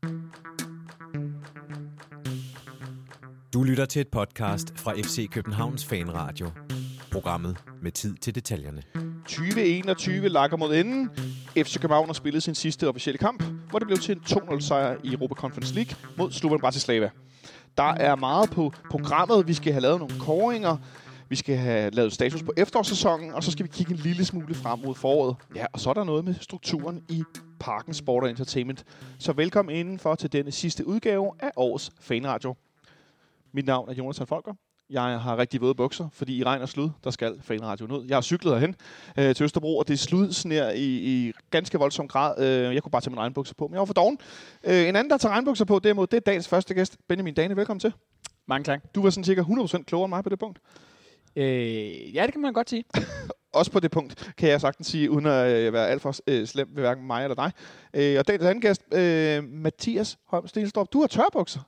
Du lytter til et podcast fra FC Københavns Fanradio. Programmet med tid til detaljerne. 2021 lakker mod enden. FC København har spillet sin sidste officielle kamp, hvor det blev til en 2-0 sejr i Europa Conference League mod Slovan Bratislava. Der er meget på programmet. Vi skal have lavet nogle kåringer. Vi skal have lavet status på efterårssæsonen, og så skal vi kigge en lille smule frem mod foråret. Ja, og så er der noget med strukturen i Parken Sport & Entertainment. Så velkommen indenfor til denne sidste udgave af årets Fanradio. Mit navn er Jonathan Folker. Jeg har rigtig våde bukser, fordi i regn og slud, der skal Fanradioen ud. Jeg har cyklet herhen til Østerbro, og det er sludsnær i ganske voldsom grad. Jeg kunne bare tage mine regnbukser på, men jeg var for doven. En anden, der tager regnbukser på, det er dagens første gæst, Benjamin Dane. Velkommen til. Mange tak. Du var sådan cirka 100% klogere end mig på det punkt. Ja, det kan man godt sige. Også på det punkt, kan jeg sagtens sige, uden at være alt for slem ved hverken mig eller dig. Og dagens anden gæst, Mathias Holm Stenstorp. Du har tørbukser.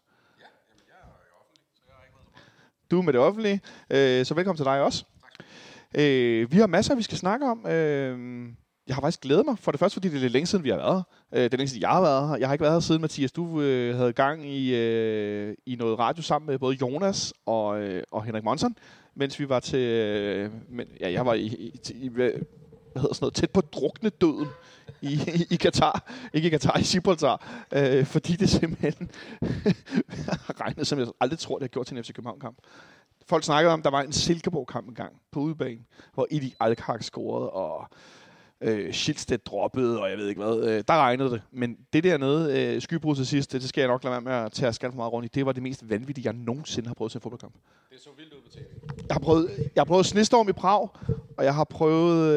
Du er med det offentlige, så velkommen til dig også. Vi har masser, vi skal snakke om. Jeg har faktisk glædet mig, for det første, fordi det er lidt længe siden, vi har været her. Det er længe siden, jeg har været her. Jeg har ikke været her siden, Mathias. Du havde gang i noget radio sammen med både Jonas og Henrik Monson, mens vi var til... jeg var hvad hedder sådan noget, tæt på druknedøden i Katar. Ikke i Katar, i Gibraltar. Fordi det simpelthen har regnet, som jeg aldrig tror, det har gjort til en FC København-kamp. Folk snakkede om, at der var en Silkeborg-kamp engang på udebane, hvor Idi Alkak scorede, og Schildstedt droppede, og jeg ved ikke hvad. Der regnede det. Men det dernede, skybrud til sidst, det skal jeg nok lade være med at tage skald for meget rundt i. Det var det mest vanvittige, jeg nogensinde har prøvet til en fodboldkamp. Det er så vildt udbetalt. Jeg har prøvet snestorm i Prag, og jeg har prøvet,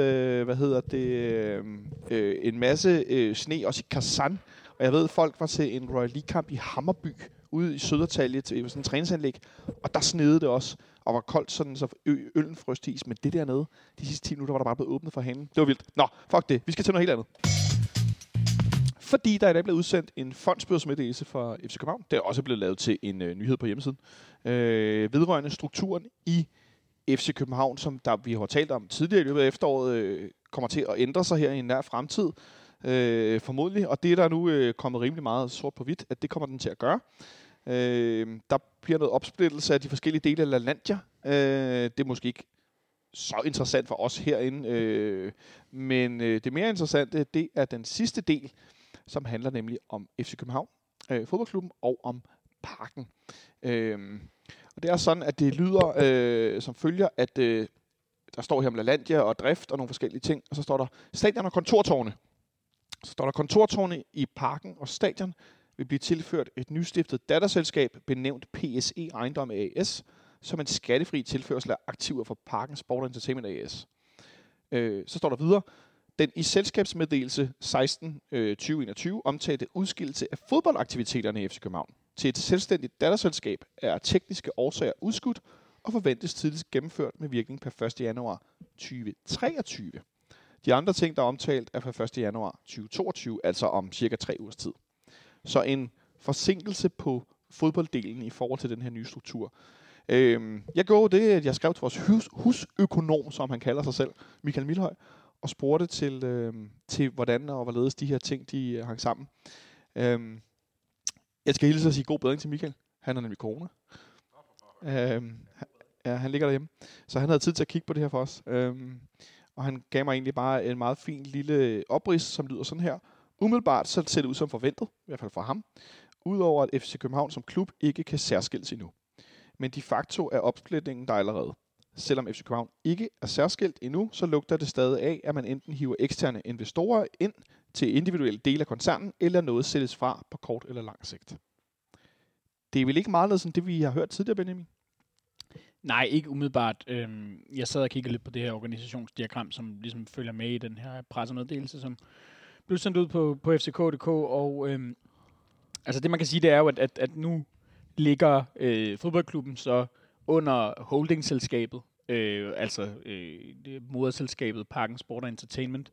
en masse sne også i Kazan. Og jeg ved, folk var til en Royal League-kamp i Hammarby, ude i Sødertalje, til sådan en træningsanlæg. Og der snede det også, og var koldt, sådan, så øllen frøst i is. Men det dernede, de sidste 10 minutter, var der bare blevet åbnet for hanen. Det var vildt. Nå, fuck det. Vi skal til noget helt andet. Fordi der i dag blev udsendt en fondsbørsmeddelelse fra FC København. Det er også blevet lavet til en nyhed på hjemmesiden. Vedrørende strukturen i FC København, som vi har talt om tidligere i løbet af efteråret, kommer til at ændre sig her i en nær fremtid. Formodentlig. Og det er der nu kommet rimelig meget sort på hvidt, at det kommer den til at gøre. Der bliver noget opsplittelse af de forskellige dele af LaLandia. Det er måske ikke så interessant for os herinde. Men det mere interessante, det er den sidste del, som handler nemlig om FC København, fodboldklubben, og om Parken. Og det er sådan, at det lyder som følger, at der står her om LaLandia og drift og nogle forskellige ting, og så står der stadion og kontortårne. Så står der kontortårne i Parken og stadion vil blive tilført et nystiftet datterselskab benævnt PSE Ejendom AS, som en skattefri tilførsel af aktiver for Parken Sport & Entertainment AS. Så står der videre, den i selskabsmeddelelse 16-2021 omtalte udskillelse af fodboldaktiviteterne i FC København til et selvstændigt datterselskab er tekniske årsager udskudt og forventes tidligst gennemført med virkning per 1. januar 2023. De andre ting, der er omtalt, er fra 1. januar 2022, altså om cirka 3 ugers tid. Så en forsinkelse på fodbolddelen i forhold til den her nye struktur. Jeg gjorde det, at jeg skrev til vores husøkonom, som han kalder sig selv, Michael Milhøj, og spurgte til hvordan og hvorledes de her ting de hang sammen. Jeg skal hilse at sige god bedring til Michael. Han er nemlig corona. Ja, han ligger derhjemme. Så han havde tid til at kigge på det her for os. Og han gav mig egentlig bare en meget fin lille oprids, som lyder sådan her. Umiddelbart så ser det ud som forventet, i hvert fald for ham, udover at FC København som klub ikke kan særskilles endnu. Men de facto er opsplitningen der allerede. Selvom FC København ikke er særskilt endnu, så lugter det stadig af, at man enten hiver eksterne investorer ind til individuelle dele af koncernen, eller noget sættes fra på kort eller lang sigt. Det er vel ikke meget sådan det, vi har hørt tidligere, Benjamin? Nej, ikke umiddelbart. Jeg sad og kiggede lidt på det her organisationsdiagram, som ligesom følger med i den her pressemeddelelse, som blev sendt ud på FCK.dk, og altså det man kan sige, det er jo, at nu ligger fodboldklubben så under holdingselskabet, altså moderselskabet Parken Sport & Entertainment.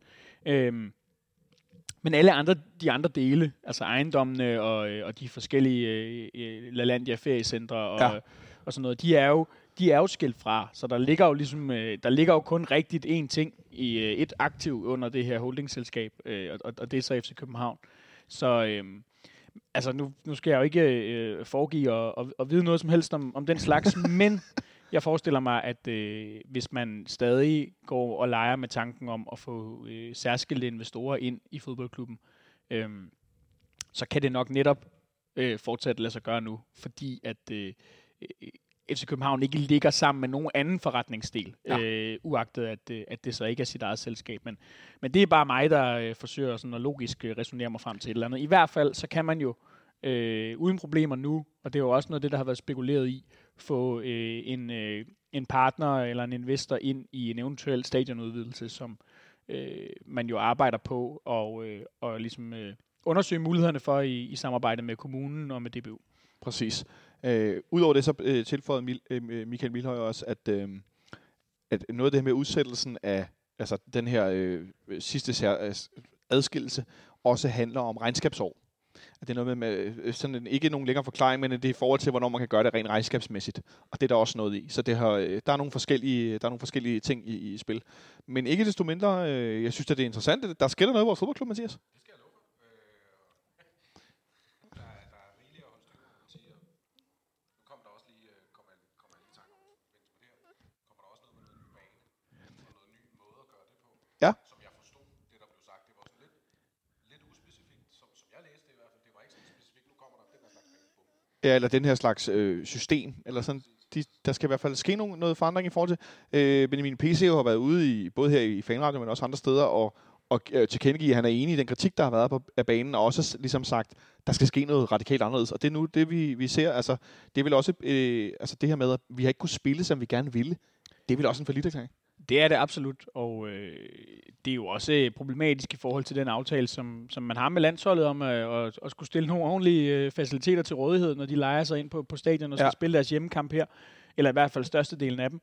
Men alle de andre dele, altså ejendommene og de forskellige LaLandia feriecentre og sådan noget, de er jo skilt fra, så der ligger jo kun rigtigt én ting i et aktiv under det her holdingselskab, og det er så FC København. Så Altså, nu skal jeg jo ikke foregive og vide noget som helst om den slags, men jeg forestiller mig, at hvis man stadig går og leger med tanken om at få særskilte investorer ind i fodboldklubben, så kan det nok netop fortsat lade sig gøre nu, fordi at FC København ikke ligger sammen med nogen anden forretningsdel, uagtet at det så ikke er sit eget selskab. Men det er bare mig, der forsøger sådan at logisk resonere mig frem til et eller andet. I hvert fald, så kan man jo uden problemer nu, og det er jo også noget af det, der har været spekuleret i, få en partner eller en investor ind i en eventuel stadionudvidelse, som man jo arbejder på og ligesom undersøge mulighederne for i samarbejde med kommunen og med DBU. Præcis. Udover det så tilføjede Michael Milhøj også, at noget af det her med udsættelsen af altså den her sidste adskillelse også handler om regnskabsår. At det er noget med sådan ikke nogen længere forklaring, men det er i forhold til, hvornår man kan gøre det rent regnskabsmæssigt. Og det er der også noget i. Så der er nogle forskellige ting i spil. Men ikke desto mindre, jeg synes, at det er interessant. Der sker noget i vores fodboldklub, Mathias. Ja. Som jeg forstod, det der blev sagt, det var sådan lidt uspecifikt, som jeg læste det i hvert fald. Det var ikke så specifikt, nu kommer der den her slags bane på. Ja, eller den her slags system, eller sådan. Der skal i hvert fald ske noget forandring i forhold til. Benjamin PC har været ude i, både her i Fanradio, men også andre steder, og tilkendegive, at han er enig i den kritik, der har været af banen, og også ligesom sagt, der skal ske noget radikalt anderledes. Og det er nu det, vi ser. Altså, det er vel også altså det her med, at vi har ikke kunnet spille, som vi gerne ville. Det er vel også en forlitterklæring. Det er det absolut, og det er jo også problematisk i forhold til den aftale, som man har med landsholdet om at skulle stille nogle ordentlige faciliteter til rådighed, når de lejer sig ind på stadion og skal spille deres hjemmekamp her, eller i hvert fald størstedelen af dem.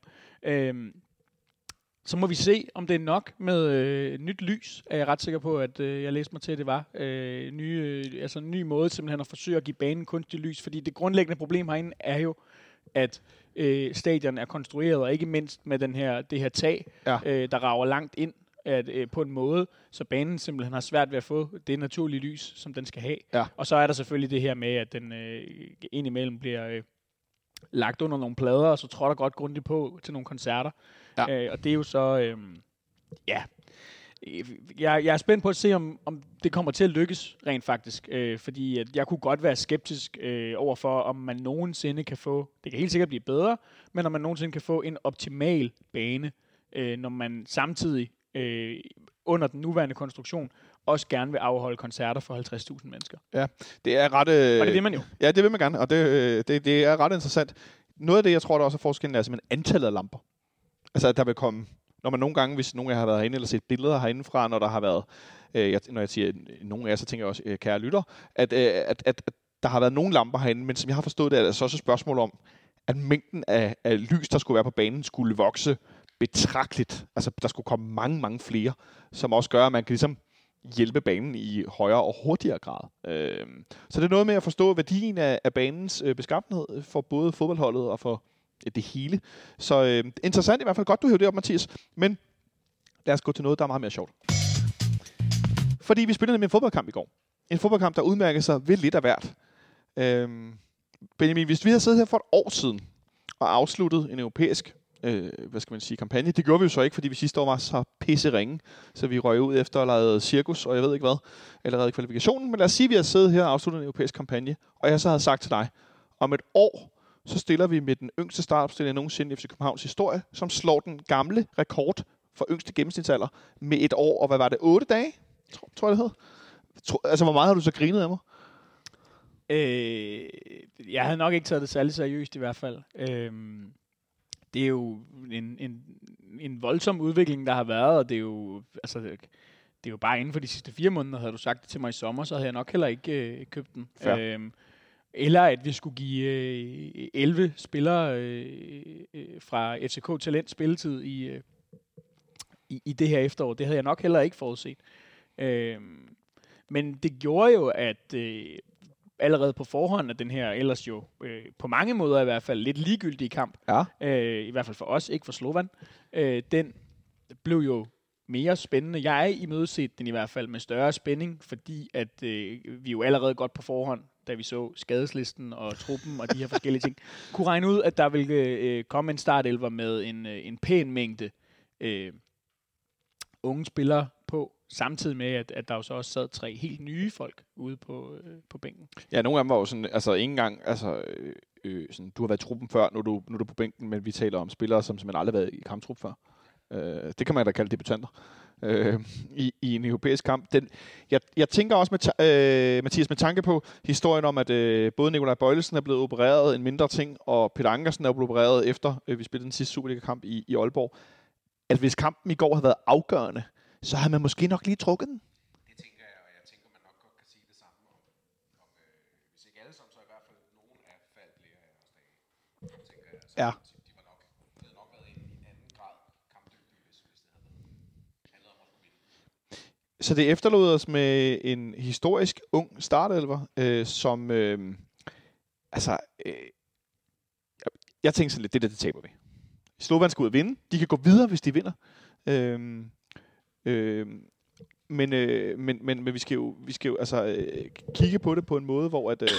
Så må vi se, om det er nok med nyt lys, er jeg ret sikker på, at jeg læste mig til, at det var en ny måde simpelthen at forsøge at give banen kunstig lys, fordi det grundlæggende problem herinde er jo, at stadion er konstrueret, og ikke mindst med det her tag, der rager langt ind på en måde, så banen simpelthen har svært ved at få det naturlige lys, som den skal have. Ja. Og så er der selvfølgelig det her med, at den indimellem bliver lagt under nogle plader, og så trådder godt grundigt på til nogle koncerter. Ja. Og det er jo så... Jeg er spændt på at se, om det kommer til at lykkes rent faktisk, fordi at jeg kunne godt være skeptisk overfor, om man nogensinde kan få, det kan helt sikkert blive bedre, men om man nogensinde kan få en optimal bane, når man samtidig under den nuværende konstruktion også gerne vil afholde koncerter for 50.000 mennesker. Ja, det er ret... og det vil man jo. Ja, det vil man gerne, og det er ret interessant. Noget af det, jeg tror, der også er forskellen, er simpelthen antallet af lamper. Altså, at der vil komme... Når man nogle gange, hvis nogen af jer har været herinde eller set billeder herindefra, når der har været, når jeg siger nogen af jer, så tænker jeg også, kære lytter, at der har været nogle lamper herinde, men som jeg har forstået det, er der så også et spørgsmål om, at mængden af lys, der skulle være på banen, skulle vokse betragteligt. Altså, der skulle komme mange, mange flere, som også gør, at man kan ligesom hjælpe banen i højere og hurtigere grad. Så det er noget med at forstå værdien af banens beskaffenhed for både fodboldholdet og for det hele. Så interessant i hvert fald. Godt, du hævde det op, Mathias. Men lad os gå til noget, der er meget mere sjovt. Fordi vi spillede nemlig en fodboldkamp i går. En fodboldkamp, der udmærker sig ved lidt af hvert. Benjamin, hvis vi havde siddet her for et år siden og afsluttet en europæisk kampagne. Det gjorde vi jo så ikke, fordi vi sidste år var så pisse ringe, så vi røg ud efter at lave cirkus, og jeg ved ikke hvad, allerede i kvalifikationen. Men lad os sige, at vi har siddet her og afsluttet en europæisk kampagne, og jeg så havde sagt til dig, om et år, så stiller vi med den yngste startopstilling nogensinde i FC Københavns historie, som slår den gamle rekord for yngste gennemsnitsalder med et år, og hvad var det, 8 dage? Tror jeg, det hed. Altså, hvor meget har du så grinet af mig? Jeg havde nok ikke taget det særlig seriøst i hvert fald. Det er jo en voldsom udvikling, der har været, og det er jo, altså, det er jo bare inden for de sidste 4 måneder, havde du sagt det til mig i sommer, så havde jeg nok heller ikke købt den. Eller at vi skulle give 11 spillere fra FCK Talent spilletid i det her efterår. Det havde jeg nok heller ikke forudset. Men det gjorde jo, at allerede på forhånd, at den her ellers jo på mange måder i hvert fald lidt ligegyldige kamp, i hvert fald for os, ikke for Slovan, den blev jo mere spændende. Jeg er imødeset den i hvert fald med større spænding, fordi at vi jo allerede godt på forhånd, da vi så skadeslisten og truppen og de her forskellige ting, kunne regne ud, at der ville komme en startelver med en pæn mængde unge spillere på, samtidig med, at der jo så også sad 3 helt nye folk ude på bænken. Ja, nogle af dem var jo sådan, altså ikke engang, sådan, du har været i truppen før, nu er du på bænken, men vi taler om spillere, som simpelthen aldrig har været i kamptrup før. Det kan man da kalde debutanter i en europæisk kamp. Jeg tænker også, Mathias, med tanke på historien om, at både Nikolaj Bøjlesen er blevet opereret en mindre ting, og Peter Ankersen er blevet opereret efter, vi spillede den sidste Superliga-kamp i Aalborg, at hvis kampen i går havde været afgørende, så havde man måske nok lige trukket den. Det tænker jeg, og jeg tænker, man nok godt kan sige det samme om hvis ikke alle sammen, så i hvert fald nogen af faldlæger af os dage. Tænker jeg, så ja. De var nok været i en anden grad kampdygtige, hvis det havde handlet om at skulle vinde. Så det efterlod os med en historisk ung startelver, som jeg tænkte sådan lidt, det taber vi. Slovan skal ud og vinde. De kan gå videre, hvis de vinder. Men vi skal jo kigge på det på en måde, hvor at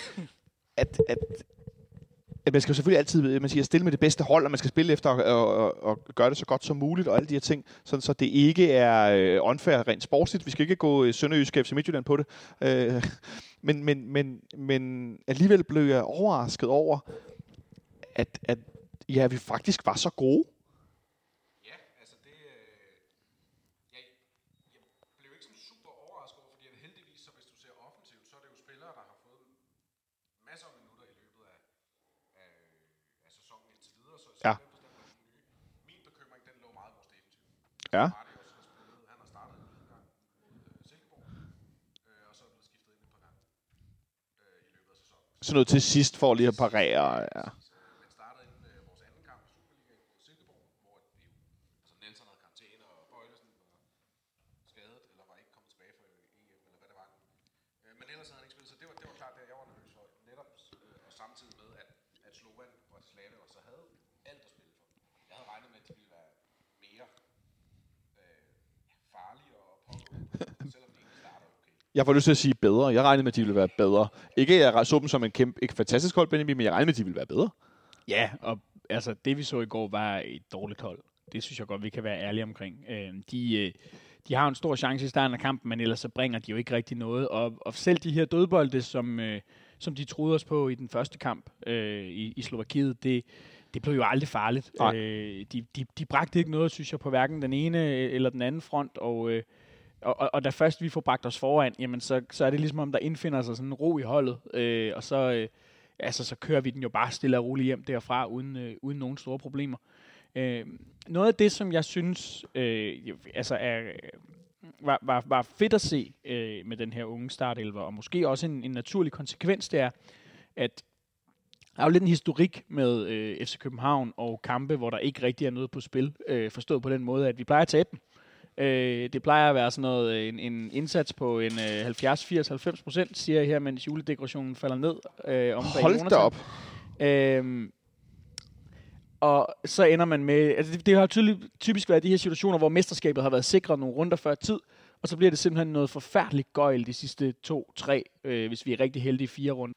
man skal jo selvfølgelig altid, man siger, stille med det bedste hold, og man skal spille efter og gøre det så godt som muligt, og alle de her ting, sådan, så det ikke er unfair rent sportsligt. Vi skal ikke gå Sønderjysk FC Midtjylland på det. Men alligevel blev jeg overrasket over, at vi faktisk var så gode. Ja, altså det... Jeg blev ikke sådan super overrasket over, fordi heldigvis, så hvis du ser offensivt, så er det jo spillere, der har fået masser af minutter i løbet af sæsonen indtil videre. Så ja. Min bekymring, den lå meget i vores defensiv. Ja. Han har startet en gang mod Silkeborg, og så er blevet skiftet ind et par gange i løbet af sæsonen. Så noget til sidst for lige at parere, ja. Jeg får lyst til at sige bedre. Jeg regnede med, at de ville være bedre. Ikke jeg så dem som ikke fantastisk hold, Benjamin, men jeg regnede med, at de ville være bedre. Ja, og altså det vi så i går var et dårligt hold. Det synes jeg godt, vi kan være ærlige omkring. De har en stor chance i starten af kampen, men ellers så bringer de jo ikke rigtig noget. Og selv de her dødbolde, som de troede os på i den første kamp i Slovakiet, det blev jo aldrig farligt. De bragte ikke noget, synes jeg, på hverken den ene eller den anden front, og da først vi får bragt os foran, jamen så er det ligesom om, der indfinder sig sådan en ro i holdet, og så kører vi den jo bare stille og roligt hjem derfra, uden nogen store problemer. Noget af det, som jeg synes var fedt at se med den her unge startelver, og måske også en naturlig konsekvens, det er, at der er jo lidt en historik med FC København og kampe, hvor der ikke rigtig er noget på spil, forstået på den måde, at vi plejer at tabe dem. Det plejer at være sådan noget, en indsats på en 70-80-90%, siger jeg her, mens juledekorationen falder ned. Hold da op! Og så ender man med... Altså det har typisk været de her situationer, hvor mesterskabet har været sikret nogle runder før tid, og så bliver det simpelthen noget forfærdeligt gøjl de sidste 2-3, hvis vi er rigtig heldige 4 runder.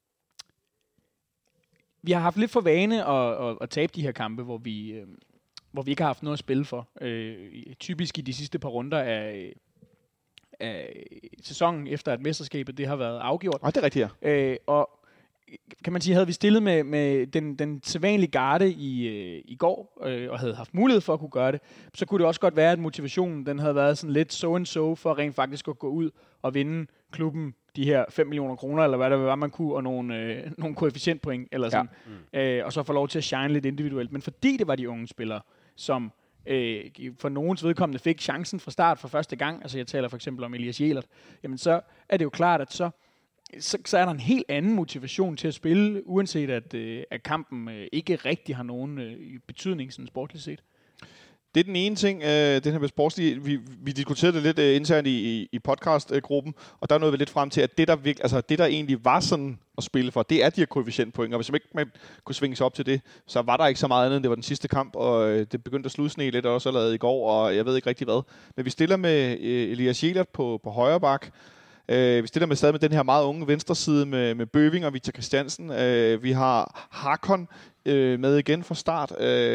Vi har haft lidt for vane at tabe de her kampe, hvor vi ikke har haft noget at spille for. Typisk i de sidste par runder af sæsonen, efter at mesterskabet det har været afgjort. Det er rigtigt, ja. Og kan man sige, havde vi stillet med den sædvanlige garde i går, og havde haft mulighed for at kunne gøre det, så kunne det også godt være, at motivationen den havde været sådan lidt so and so for rent faktisk at gå ud og vinde klubben de her 5 millioner kroner, eller hvad det var, man kunne, og nogle koefficientpoint, eller sådan, og så få lov til at shine lidt individuelt. Men fordi det var de unge spillere, som for nogens vedkommende fik chancen fra start for første gang, altså jeg taler for eksempel om Elias Jelert, jamen så er det jo klart, at så er der en helt anden motivation til at spille, uanset at kampen ikke rigtig har nogen betydning sådan sportligt set. Det er den ene ting, den her med sportslige. Vi diskuterede det lidt internt i podcastgruppen, og der nåede vi lidt frem til, at det der egentlig var sådan at spille for, det er de her koefficientpoint, og hvis ikke man kunne svinge sig op til det, så var der ikke så meget andet, end det var den sidste kamp, og det begyndte at sludsne lidt også allerede i går, og jeg ved ikke rigtig hvad. Men vi stiller med Elias Jelert på højre bak, Vi stiller med stadig med den her meget unge venstre side med Bøving og Victor Christiansen. Vi har Hakon med igen fra start.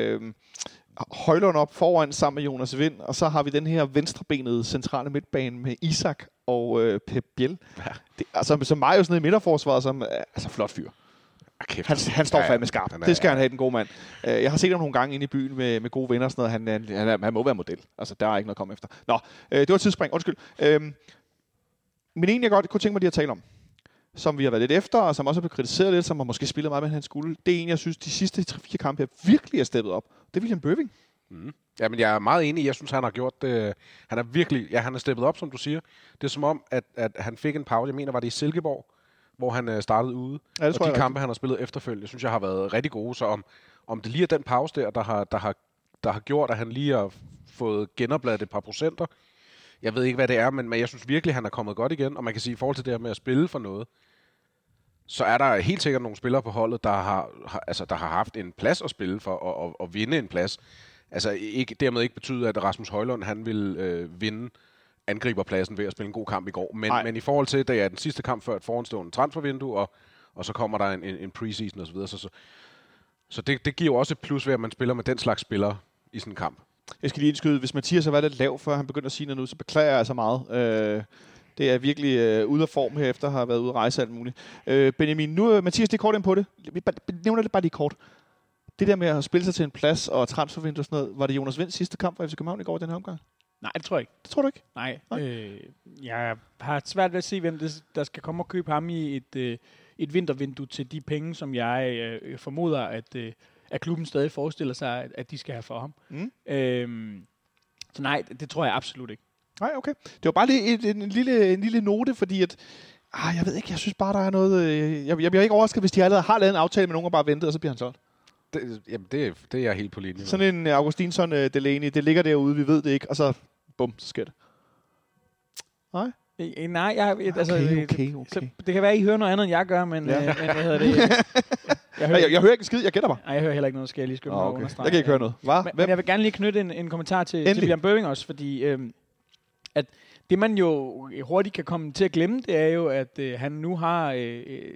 Højlund op foran sammen med Jonas Vind, og så har vi den her venstrebenede centrale midtbane med Isak og Pep Biel. Ja. Det, altså, som mig jo sådan i midterforsvaret, som altså flot fyr. Han står fandme skarpt. Det skal han have, den gode mand. Jeg har set ham nogle gange inde i byen med gode venner og sådan noget. Han må være model. Altså, der er ikke noget at komme efter. Nå, det var et tidsspring. Undskyld. Men en, jeg godt kunne tænke mig lige at tale om, som vi har været lidt efter, og som også er blevet kritiseret lidt, som har måske spillet meget med han skulle, det er en, jeg synes, de sidste 3-4 kampe virkelig er steppet op. Det er William Bøving. Jamen, jeg er meget enig. Jeg synes, han har gjort det. Han er virkelig, han er steppet op, som du siger. Det er som om, at han fik en pause. Jeg mener, var det i Silkeborg, hvor han startede ude. Ja, og de kampe, han har spillet efterfølgende, synes jeg har været rigtig gode. Så om det lige er den pause der har gjort, at han lige har fået genopladet et par procenter. Jeg ved ikke, hvad det er, men jeg synes virkelig, han er kommet godt igen. Og man kan sige, i forhold til det her med at spille for noget, så er der helt sikkert nogle spillere på holdet, der har haft en plads at spille for at vinde en plads. Altså dermed ikke betyder, at Rasmus Højlund han vil vinde angriberpladsen ved at spille en god kamp i går. Men i forhold til, det er den sidste kamp før et foranstående transfervindue, og så kommer der en preseason og så videre. Så det giver jo også et plus ved, at man spiller med den slags spillere i sådan en kamp. Jeg skal lige indskyde, hvis Mathias har været lidt lav, før han begyndte at sige noget nu, så beklager jeg altså meget. Det er virkelig ude af form her, efter at have været ude at rejse alt muligt. Benjamin, nu Mathias, det er kort ind på det. Vi nævner det bare lige kort. Det der med at spille sig til en plads og transfervindue og sådan noget, var det Jonas Vinds sidste kamp for FC København i går den her omgang? Nej, det tror jeg ikke. Det tror du ikke? Nej. Jeg har svært ved at se, hvem der skal komme og købe ham i et vintervindue til de penge, som jeg formoder, at klubben stadig forestiller sig, at de skal have for ham. Så nej, det tror jeg absolut ikke. Nej, okay. Det var bare lige en lille note, fordi at jeg ved ikke, jeg synes bare, der er noget... Jeg bliver ikke overrasket, hvis de allerede har lavet en aftale med nogen og bare ventet, og så bliver han solgt. Det er jeg helt på linje med. Sådan en Augustinsson Delaney, det ligger derude, vi ved det ikke, og så bum, så sker det. Nej? Nej, okay. Så det kan være, at I hører noget andet, end jeg gør, men hvad hedder det? Jeg hører ikke skid, jeg gætter mig. Nej, jeg hører heller ikke noget, skal jeg lige skynde mig understrege. Jeg kan ikke høre noget. Men jeg vil gerne lige knytte en kommentar til William Bøving også, fordi at det man jo hurtigt kan komme til at glemme, det er jo, at han nu har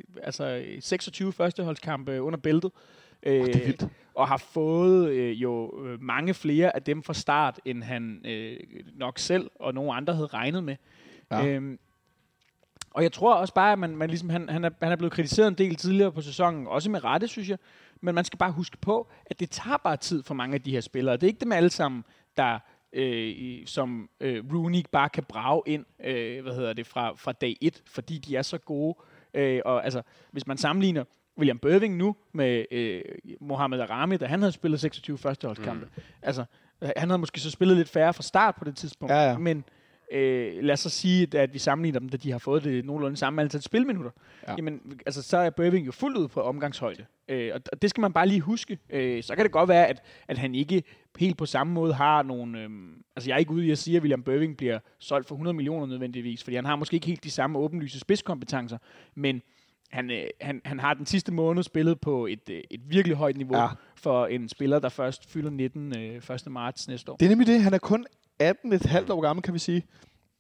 26 førsteholdskampe under bæltet. Det er vildt. Og har fået jo mange flere af dem fra start, end han nok selv og nogen andre havde regnet med. Ja. Og jeg tror også bare, at man ligesom, han er blevet kritiseret en del tidligere på sæsonen, også med rette, synes jeg. Men man skal bare huske på, at det tager bare tid for mange af de her spillere. Det er ikke dem alle sammen, der som Rooney bare kan brage ind fra dag 1, fordi de er så gode. Og altså, hvis man sammenligner William Bøving nu med Mohamed Arami, da han havde spillet 26 førsteholdskampe. Altså, han havde måske så spillet lidt færre fra start på det tidspunkt, men lad os så sige, at vi sammenligner dem, da de har fået det nogenlunde samme antal spilminutter. Ja. Jamen, altså, så er Bøving jo fuldt ud på omgangshøjde. Og det skal man bare lige huske. Så kan det godt være, at han ikke helt på samme måde har nogle... jeg er ikke ude i at sige, at William Bøving bliver solgt for 100 millioner nødvendigvis, fordi han har måske ikke helt de samme åbenlyse spidskompetencer, men han har den sidste måned spillet på et virkelig højt niveau for en spiller, der først fylder 19 1. marts næste år. Det er nemlig det. Han er kun 18,5 år gammel, kan vi sige.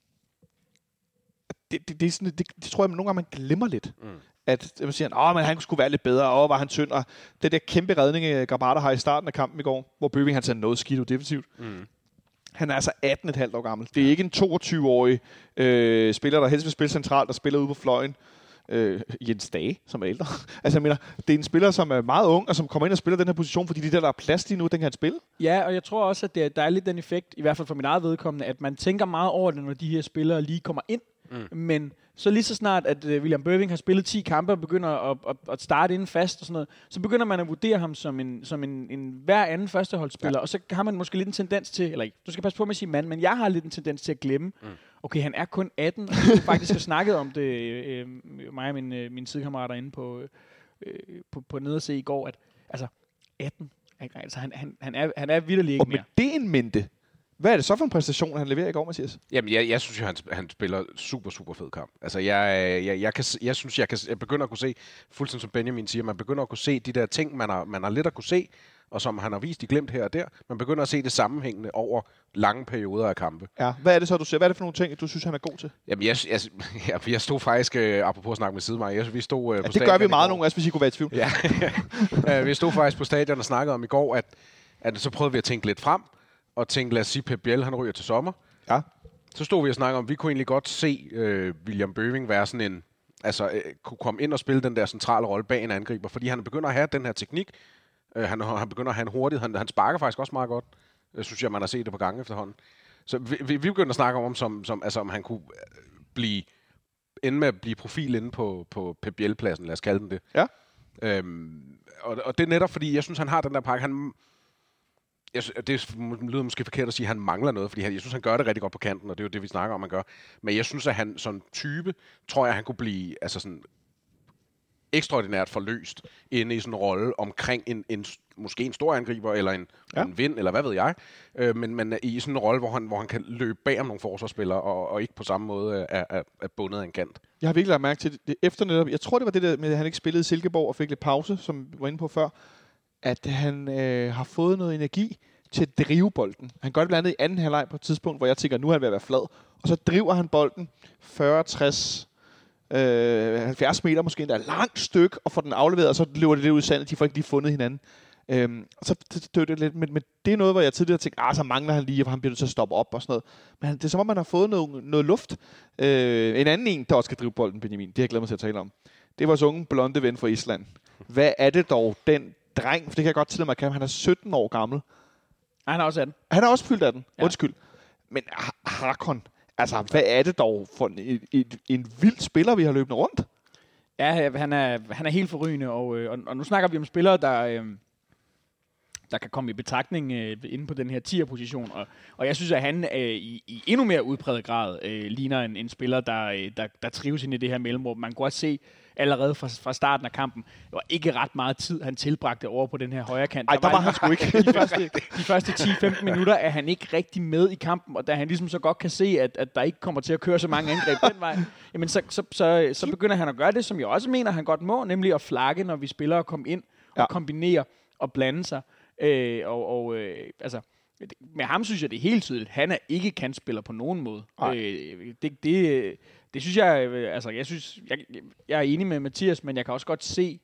Det tror jeg, nogle gange man glemmer lidt. At man siger, men han skulle være lidt bedre, var han tynd. Og det der kæmpe redning, Grabata har i starten af kampen i går, hvor Bøving han tager noget skidt ud defensivt. Han er altså 18,5 år gammel. Det er ikke en 22-årig spiller, der helst vil spille centralt og spiller ude på fløjen. Jens Dage, som er ældre. Altså, jeg mener, det er en spiller, som er meget ung, og som kommer ind og spiller den her position, fordi det der er plads lige nu, den kan han spille. Ja, og jeg tror også, at der er lidt den effekt, i hvert fald for min eget vedkommende, at man tænker meget over det, når de her spillere lige kommer ind. Men så lige så snart, at William Bøving har spillet 10 kampe og begynder at starte inden fast og sådan noget, så begynder man at vurdere ham som en hver anden førsteholdsspiller, og så har man måske lidt en tendens til, eller ikke, du skal passe på med at sige mand, men jeg har lidt en tendens til at glemme, okay, han er kun 18, og vi faktisk har snakket om det, mig og mine sidekammerater inde på nederse i går, at altså 18, altså han er vitterlig ikke mere. Og med det en mente, hvad er det så for en præstation, han leverer i går, Mathias? Jamen, jeg synes jo, han spiller super, super fed kamp. Altså, jeg synes, jeg begynder at kunne se, fuldstændig som Benjamin siger, man begynder at kunne se de der ting, man har lidt at kunne se, og som han har vist i Glimt her og der. Man begynder at se det sammenhængende over lange perioder af kampe. Ja, hvad er det så, du ser? Hvad er det for nogle ting, du synes, han er god til? Jamen, jeg stod faktisk, apropos at snakke med Sidemark, vi stod på stadion. Det gør vi meget nogle af os, hvis I kunne være i tvivl. Ja, vi stod faktisk på stadion og snakkede om i går, at så prøvede vi at tænke lidt frem, og tænke, lad os sige, Pep Biel, han ryger til sommer. Ja. Så stod vi og snakkede om, vi kunne egentlig godt se William Bøving være sådan en, kunne komme ind og spille den der centrale rolle bag en angriber, fordi han begynder at have den her teknik. Han begynder at have en hurtighed. Han sparker faktisk også meget godt. Jeg synes, man har set det på gange efterhånden. Så vi begynder at snakke om han kunne ende med at blive profil inde på Pep Biel-pladsen, lad os kalde den det. Ja. Og det er netop, fordi jeg synes, han har den der pakke. Det lyder måske forkert at sige, at han mangler noget, fordi jeg synes, han gør det rigtig godt på kanten, og det er jo det, vi snakker om, han gør. Men jeg synes, at han som type, tror jeg, han kunne blive sådan ekstraordinært forløst inde i sådan en rolle omkring måske en stor angriber, eller en vind, eller hvad ved jeg. Men i sådan en rolle, hvor han kan løbe bag om nogle forsvarsspillere, og ikke på samme måde er bundet af en kant. Jeg har virkelig lagt mærke til det efter netop. Jeg tror, det var det der med, at han ikke spillede i Silkeborg og fik lidt pause, som vi var inde på før, at han har fået noget energi til at drive bolden. Han gør det blandt andet i anden halvleg på et tidspunkt, hvor jeg tænker, nu er han ved at være flad. Og så driver han bolden 40, 60, 70 meter måske endda, langt stykke, og får den afleveret, og så løber det lidt ud i sandet. De får ikke lige fundet hinanden. Så det lidt, men det er noget, hvor jeg tidligere tænkte, så mangler han lige, og han bliver nødt til at stoppe op og sådan noget. Men det er som om, man har fået noget luft. En anden der også skal drive bolden, Benjamin, det har jeg glædet mig til at tale om. Det er vores unge blonde ven fra Island. Hvad er det dog, den dreng, for det kan jeg godt tillade mig, at han er 17 år gammel. Han er også 18. Han er også fyldt 18, undskyld. Men Hakon, altså, hvad er det dog for en vild spiller, vi har løbende rundt? Ja, han er helt forrygende, og nu snakker vi om spillere, der kan komme i betragtning inde på den her 10'er-position, og jeg synes, at han i endnu mere udpræget grad ligner en spiller, der trives ind i det her mellemrum. Man kunne også se allerede fra starten af kampen, det var ikke ret meget tid, han tilbragte over på den her højre kant. Ej, der var han sgu ikke. De første 10-15 minutter er han ikke rigtig med i kampen, og da han ligesom så godt kan se, at der ikke kommer til at køre så mange angreb den vej, jamen så begynder han at gøre det, som jeg også mener, han godt må, nemlig at flakke, når vi spiller og komme ind og kombinere og blande sig. Med ham synes jeg, det er helt tydeligt. Han er ikke kantspiller på nogen måde. Det synes jeg, jeg er enig med Mathias, men jeg kan også godt se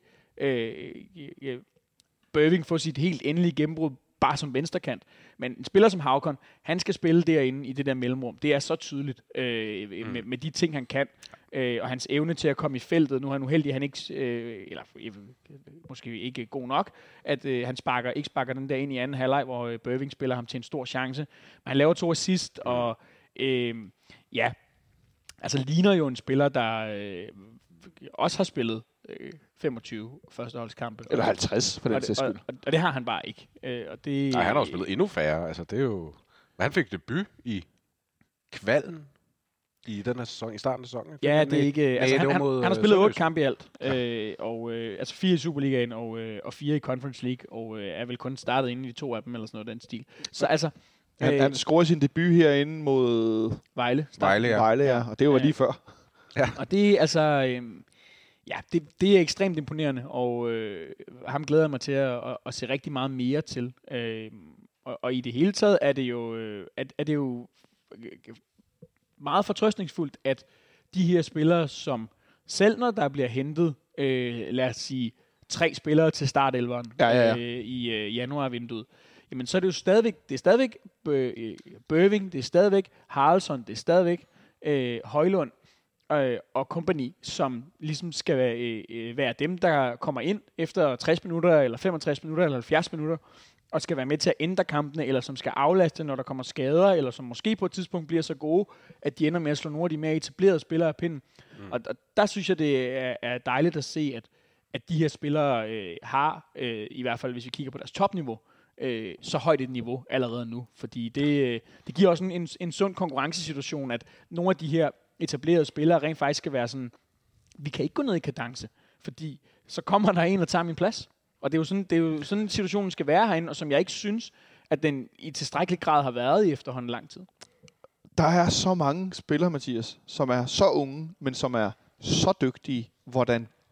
Bøving få sit helt endelige gennembrud bare som venstrekant. Men en spiller som Hakon, han skal spille derinde i det der mellemrum. Det er så tydeligt med de ting, han kan. Og hans evne til at komme i feltet. Nu er han uheldig, han ikke, måske ikke god nok, at han ikke sparker den der ind i anden halvleg, hvor Bøving spiller ham til en stor chance. Men han laver 2 assist, og ligner jo en spiller, der også har spillet 25 førsteholdskampe. Eller 50, for den sags skyld. Og det har han bare ikke. Nej, han har jo spillet endnu færre. Altså, det er jo... Han fik debut i Kvalden i den her sæson, i starten af sæsonen. Ja, det er ikke... Altså, han har spillet 8 kampe i alt. 4 i Superligaen og 4 i Conference League, og er vel kun startet inden i 2 af dem, eller sådan noget den stil. Så altså... Han scorede sin debut herinde mod... Vejle, og det var lige før. Ja. Og det er altså... det er ekstremt imponerende, og ham glæder jeg mig til at se rigtig meget mere til. Og i det hele taget er det jo meget fortrøstningsfuldt, at de her spillere, som selv når der bliver hentet, lad os sige, 3 spillere til startelveren i januarvinduet, jamen så er det jo stadigvæk Bøving, det er stadigvæk Haraldsson, det er stadigvæk Højlund og kompagni, som ligesom skal være dem, der kommer ind efter 60 minutter, eller 65 minutter, eller 70 minutter, og skal være med til at ændre kampene, eller som skal aflaste, når der kommer skader, eller som måske på et tidspunkt bliver så gode, at de ender med at slå nogle af de mere etablerede spillere af pinden. Og der synes jeg, det er dejligt at se, at de her spillere har, i hvert fald hvis vi kigger på deres topniveau, så højt et niveau allerede nu. Fordi det giver også en sund konkurrencesituation, at nogle af de her etablerede spillere rent faktisk skal være sådan, vi kan ikke gå ned i kadence, fordi så kommer der en, der tager min plads. Og det er jo sådan situationen skal være herinde, og som jeg ikke synes, at den i tilstrækkelig grad har været i efterhånden lang tid. Der er så mange spillere, Mathias, som er så unge, men som er så dygtige, hvordan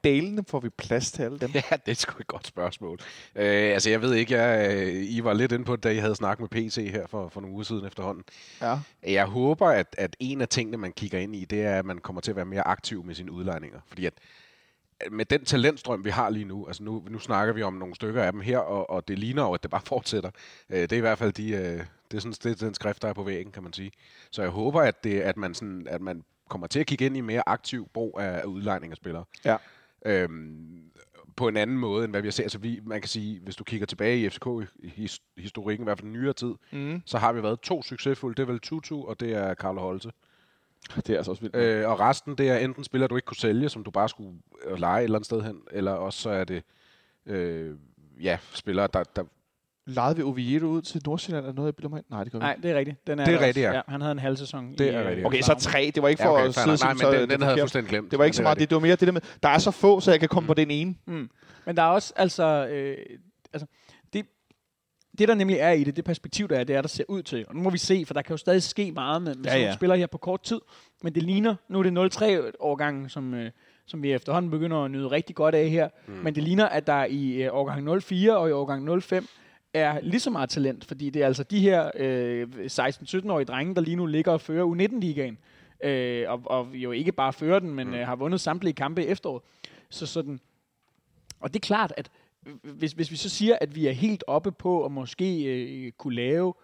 delen får vi plads til alle dem? Ja, det er sgu et godt spørgsmål. Altså, jeg ved ikke, I var lidt inde på det, da I havde snakket med PC her for nogle uger siden efterhånden. Ja. Jeg håber, at en af tingene, man kigger ind i, det er, at man kommer til at være mere aktiv med sine udlejninger. Fordi at med den talentstrøm, vi har lige nu, altså nu snakker vi om nogle stykker af dem her, og det ligner jo, at det bare fortsætter. Det er i hvert fald det er den skrift, der er på væggen, kan man sige. Så jeg håber, at man kommer til at kigge ind i mere aktiv brug af udlejning af spillere. Ja. På en anden måde, end hvad vi har set. Altså man kan sige, hvis du kigger tilbage i FCK-historikken, i hvert fald nyere tid, så har vi været 2 succesfulde. Det er vel Tutu, og det er Carlo Holte. Det er altså også vildt. Og resten, det er enten spillere, du ikke kunne sælge, som du bare skulle lege et eller andet sted hen, eller også så er det spillere, der... Lejede vi Oviedo ud til Nordsjælland eller noget, jeg bilder mig ind? Nej, det gør vi. Nej, det er rigtigt. Det er rigtigt, ja. Han havde en halv sæson. Det er rigtigt. Okay, så 3. Det var ikke for at sidde... Nej, men den havde jeg fuldstændig glemt. Det var ikke så meget. Det var mere det der med, der er så få, så jeg kan komme på den ene. Men der er også, det der nemlig er i det perspektiv, der er, det er, der ser ud til. Og nu må vi se, for der kan jo stadig ske meget med sådan nogle spillere her på kort tid. Men det ligner, nu er det 0-3-årgangen, som vi efterhånden begynder at nyde rigtig godt af her. Men det ligner, at der i årgang 04 og i årgang 05 er lige så meget talent, fordi det er altså de her 16-17-årige drenge, der lige nu ligger og fører U19-ligaen. Og jo ikke bare fører den, men har vundet samtlige kampe i efteråret. Så sådan. Og det er klart, at hvis vi så siger, at vi er helt oppe på at måske kunne lave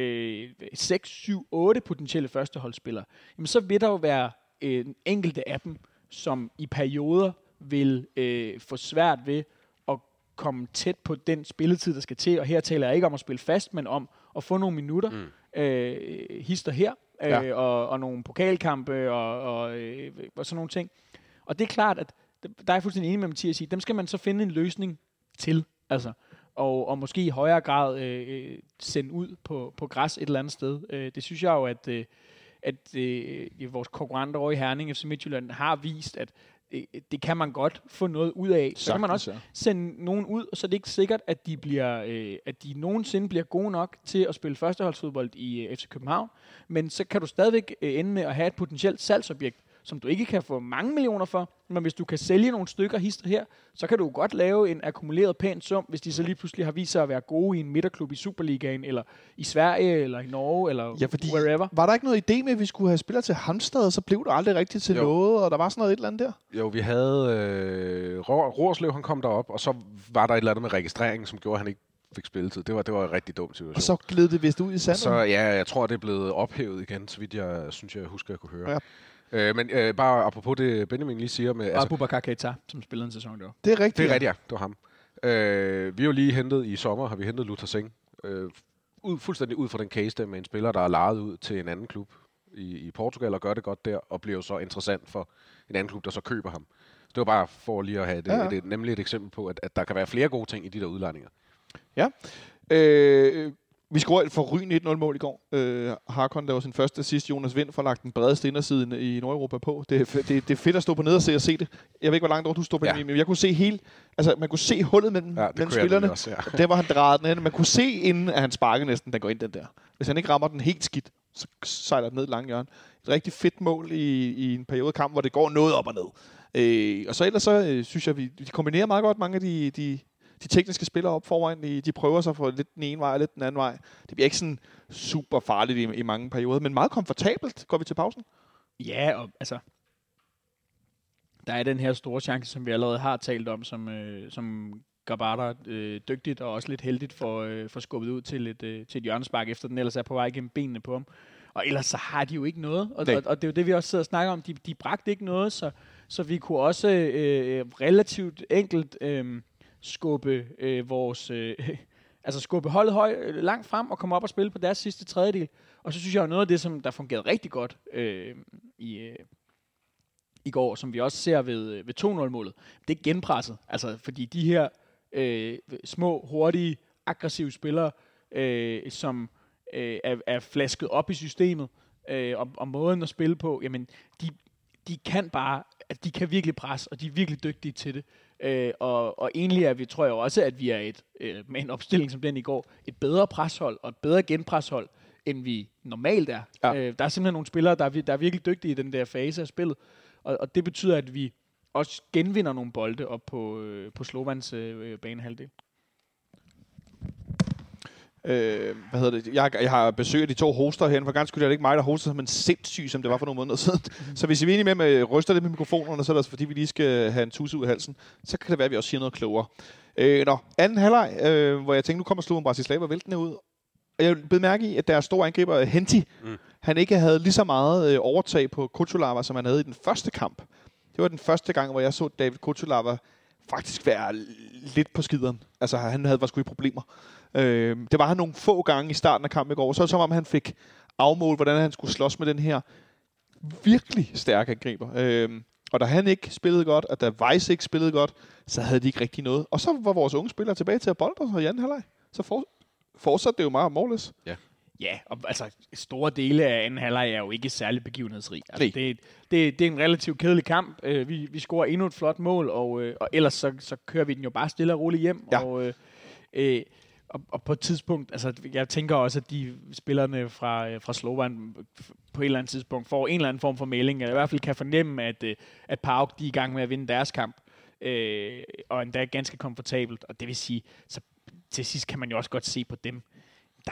6, 7, 8 potentielle førsteholdsspillere, jamen så vil der jo være enkelte af dem, som i perioder vil få svært ved at komme tæt på den spilletid, der skal til. Og her taler jeg ikke om at spille fast, men om at få nogle minutter hister her, og nogle pokalkampe og sådan nogle ting. Og det er klart, at der er jeg fuldstændig enig med Mathias i, dem skal man så finde en løsning til, altså, og måske i højere grad sende ud på græs et eller andet sted. Det synes jeg jo, at vores konkurrenter over i Herning, FC Midtjylland, har vist, at det kan man godt få noget ud af. Så kan man også sende nogen ud, og så er det ikke sikkert, at de nogensinde bliver gode nok til at spille førsteholdsfodbold i FC København, men så kan du stadigvæk ende med at have et potentielt salgsobjekt, som du ikke kan få mange millioner for, men hvis du kan sælge nogle stykker hister her, så kan du godt lave en akkumuleret pæn sum, hvis de så lige pludselig har vist sig at være gode i en midterklub i Superligaen, eller i Sverige, eller i Norge, eller wherever. Var der ikke noget idé med, at vi skulle have spillere til Halmstad, og så blev det aldrig rigtigt til noget, og der var sådan noget et eller andet der? Jo, vi havde Rorslev, han kom derop, og så var der et eller andet med registreringen, som gjorde, at han ikke fik spilletid. Det var en rigtig dum situation. Og så gled det vist ud i sandet? Så ja, jeg tror, det er blevet ophævet igen, så vidt jeg synes, jeg husker, jeg kunne høre. Ja. Men bare apropos det, Benjamin lige siger med... Abubakar Keita, som spillede en sæson der. Det er rigtigt. Det er rigtigt, ja. Det var ham. Vi har jo lige hentet i sommer, har vi hentet Luther Singh. Fuldstændig ud fra den case der med en spiller, der er lejet ud til en anden klub i Portugal og gør det godt der, og bliver jo så interessant for en anden klub, der så køber ham. Så det var bare for lige at have nemlig et eksempel på, at der kan være flere gode ting i de der udlejninger. Ja. Vi scorede for Ryn 1-0-mål i går. Harkon, der var sin første assist. Jonas Vind får lagt den bredeste indersiden i Nordeuropa på. Det er fedt at stå på ned og se det. Jeg ved ikke, hvor langt over du stod på den, men jeg kunne se man kunne se hullet mellem spillerne. Også, ja. Der var han drejet den hen. Man kunne se, inden at han sparkede næsten, den går ind den der. Hvis han ikke rammer den helt skidt, så sejler den ned i lange hjørne. Et rigtig fedt mål i en periode kamp, hvor det går noget op og ned. Og så ellers synes jeg, de kombinerer meget godt mange af de tekniske spillere op foran, de prøver sig for lidt den ene vej og lidt den anden vej. Det bliver ikke sådan super farligt i mange perioder, men meget komfortabelt. Går vi til pausen? Ja, og altså, der er den her store chance, som vi allerede har talt om, som Gabata dygtigt og også lidt heldigt for skubbet ud til et hjørnespark, efter den ellers er på vej gennem benene på ham. Og ellers så har de jo ikke noget, og det er jo det, vi også sidder og snakker om. De bragte ikke noget, så vi kunne også relativt enkelt skubbe skubbe holdet langt frem og komme op og spille på deres sidste tredjedel. Og så synes jeg, noget af det, som der fungerede rigtig godt i går, som vi også ser ved 2-0-målet, det er genpresset. Altså, fordi de her små, hurtige, aggressive spillere, som er flasket op i systemet, og måden at spille på, jamen, de kan virkelig presse, og de er virkelig dygtige til det. Og egentlig tror jeg også, at vi er med en opstilling som den i går, et bedre preshold og et bedre genpreshold, end vi normalt er. Ja. Der er simpelthen nogle spillere, der er virkelig dygtige i den der fase af spillet. Og det betyder, at vi også genvinder nogle bolde op på Slovans banehalvdel. Jeg har besøg af de 2 hoster herinde. For ganske skyld er det ikke mig, der hoster som en sindssyg, som det var for nogle måneder siden. Så hvis I er enige med at ryster lidt med mikrofonerne, så er det altså, fordi vi lige skal have en tusse ud af halsen. Så kan det være, at vi også siger noget klogere. Anden halvleg, hvor jeg tænkte, nu kommer Slovan Bratislava væltende ud. Og jeg blev mærke i, at deres store angriber, Henty, han ikke havde lige så meget overtag på Kutsulava, som han havde i den første kamp. Det var den første gang, hvor jeg så David Kutsulava faktisk være lidt på skideren. Altså, han var sgu i problemer. Det var han nogle få gange i starten af kampen i går. Så som om han fik afmålt, hvordan han skulle slås med den her virkelig stærke angriber. Og da han ikke spillede godt, og da Weiss ikke spillede godt, så havde de ikke rigtig noget. Og så var vores unge spillere tilbage til at bolde os i anden halvleg. Så fortsatte det jo meget målløs. Ja, og altså store dele af anden halvleg er jo ikke særlig begivenhedsrig. Altså, det er en relativt kedelig kamp. Vi scorer endnu et flot mål, og ellers så kører vi den jo bare stille og roligt hjem. Ja. Og på et tidspunkt, altså jeg tænker også, at de spillerne fra Slovan på et eller andet tidspunkt får en eller anden form for melding, eller i hvert fald kan fornemme, at PAOK de er i gang med at vinde deres kamp. Og endda ganske komfortabelt. Og det vil sige, så til sidst kan man jo også godt se på dem. Der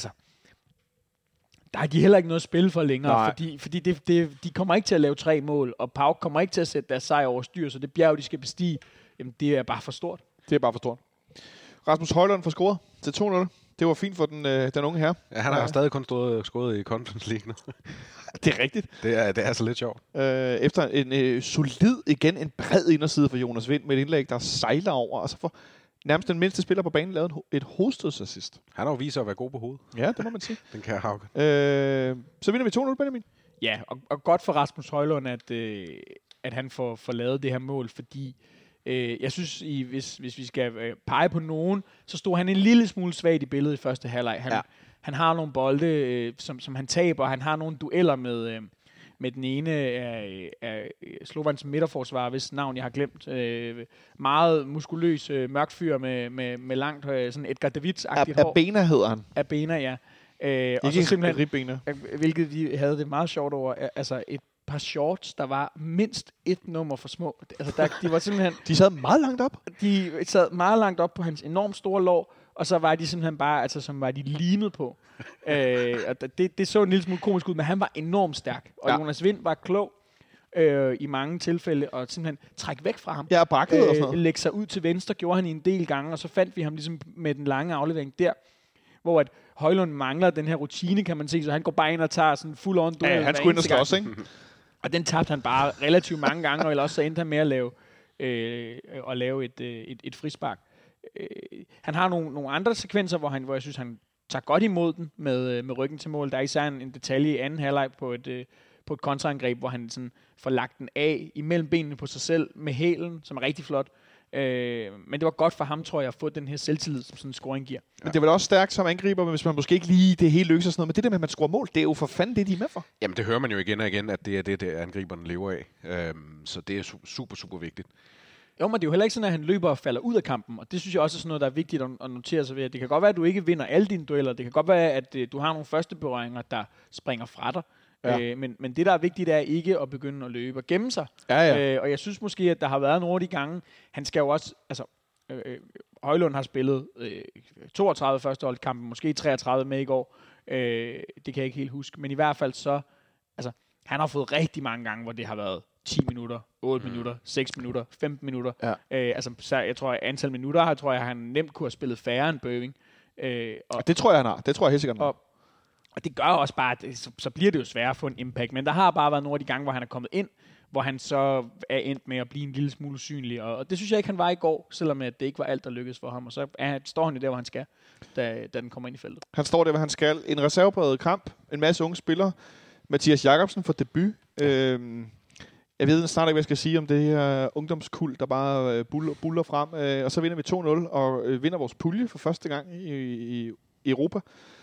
er de heller ikke noget at spille for længere, fordi de kommer ikke til at lave 3 mål, og PAOK kommer ikke til at sætte deres sejr over styr, så det bjerg, de skal bestige, jamen det er bare for stort. Det er bare for stort. Rasmus Højlund får scoret til 2-0. Det var fint for den unge her. Ja, han har stadig kun scoret i Conference League nu. Det er rigtigt. Det er så lidt sjovt. Efter en solid, igen en bred inderside for Jonas Vind med et indlæg, der sejler over, og så får nærmest den mindste spiller på banen lavet et hovedstødsassist. Han har jo vist sig at være god på hovedet. Ja, det må man sige. Den kan jeg havke. Så vinder vi 2-0, Benjamin. Ja, og godt for Rasmus Højlund, at han får lavet det her mål, fordi jeg synes, hvis vi skal pege på nogen, så stod han en lille smule svagt i billedet i første halvleg. Han har nogle bolde, som han taber, han har nogle dueller med den ene af Slovans midterforsvar, hvis navn jeg har glemt. Meget muskuløs, mørk fyr med langt, sådan Edgar Davids-agtigt hår. Abena hedder han. Abena, ja. Og så simpelthen Ribena. Hvilket vi havde det meget sjovt over. Altså et par shorts, der var mindst et nummer for små. Altså de var simpelthen... De sad meget langt op. De sad meget langt op på hans enormt store lår, og så var de simpelthen bare, altså som var de limet på. Og det så en lille smule komisk ud, men han var enormt stærk. Og Jonas Vind var klog i mange tilfælde, og simpelthen trække væk fra ham. Ja, bakket og sådan noget. Lægge sig ud til venstre, gjorde han i en del gange, og så fandt vi ham ligesom med den lange aflevering der, hvor at Højlund mangler den her rutine, kan man se, så han går bare ind og tager sådan full on duel. Ja, han skulle ind og slås, ikke? Og den tabte han bare relativt mange gange, og ellers så endte han med at lave et frispark. Han har nogle andre sekvenser, hvor jeg synes, han tager godt imod den med ryggen til mål. Der er især en detalje i anden halvleg på et kontraangreb, hvor han sådan får lagt den af imellem benene på sig selv med hælen, som er rigtig flot. Men det var godt for ham, tror jeg, at få den her selvtillid, som sådan en scoring giver. Men det var også stærkt som angriber, men hvis man måske ikke lige det hele lykkes og sådan noget. Men det der med, at man scorer mål, det er jo for fanden det, de er med for. Jamen, det hører man jo igen og igen, at det er det, angriberne lever af. Så det er super, super vigtigt. Jo, men det er jo heller ikke sådan, at han løber og falder ud af kampen, og det synes jeg også er sådan noget, der er vigtigt at notere sig ved. Det kan godt være, at du ikke vinder alle dine dueller. Det kan godt være, at du har nogle første berøringer, der springer fra dig. Ja. Men det, der er vigtigt, er ikke at begynde at løbe og gemme sig. Ja. Og jeg synes måske, at der har været nogle af de gange. Han skal jo også... Altså, Højlund har spillet 32 førsteholdskampe, måske 33 med i går. Det kan jeg ikke helt huske. Men i hvert fald så... Altså, han har fået rigtig mange gange, hvor det har været 10 minutter, 8 minutter, 6 minutter, 15 minutter. Ja. Så jeg tror, at antal minutter tror jeg, han nemt kunne have spillet færre end Bøving. Og det tror jeg, han har. Det tror jeg helt sikkert, han har. Og det gør også bare, at så bliver det jo sværere at få en impact. Men der har bare været nogle af de gange, hvor han er kommet ind, hvor han så er endt med at blive en lille smule usynlig. Og det synes jeg ikke, han var i går, selvom at det ikke var alt, der lykkedes for ham. Og så står han jo der, hvor han skal, da den kommer ind i feltet. Han står der, hvor han skal. En reservebredet kamp. En masse unge spillere. Mathias Jacobsen får debut. Jeg ved snart ikke, hvad jeg skal sige om det her ungdomskuld, der bare buller frem. Og så vinder vi 2-0 og vinder vores pulje for første gang i Europa.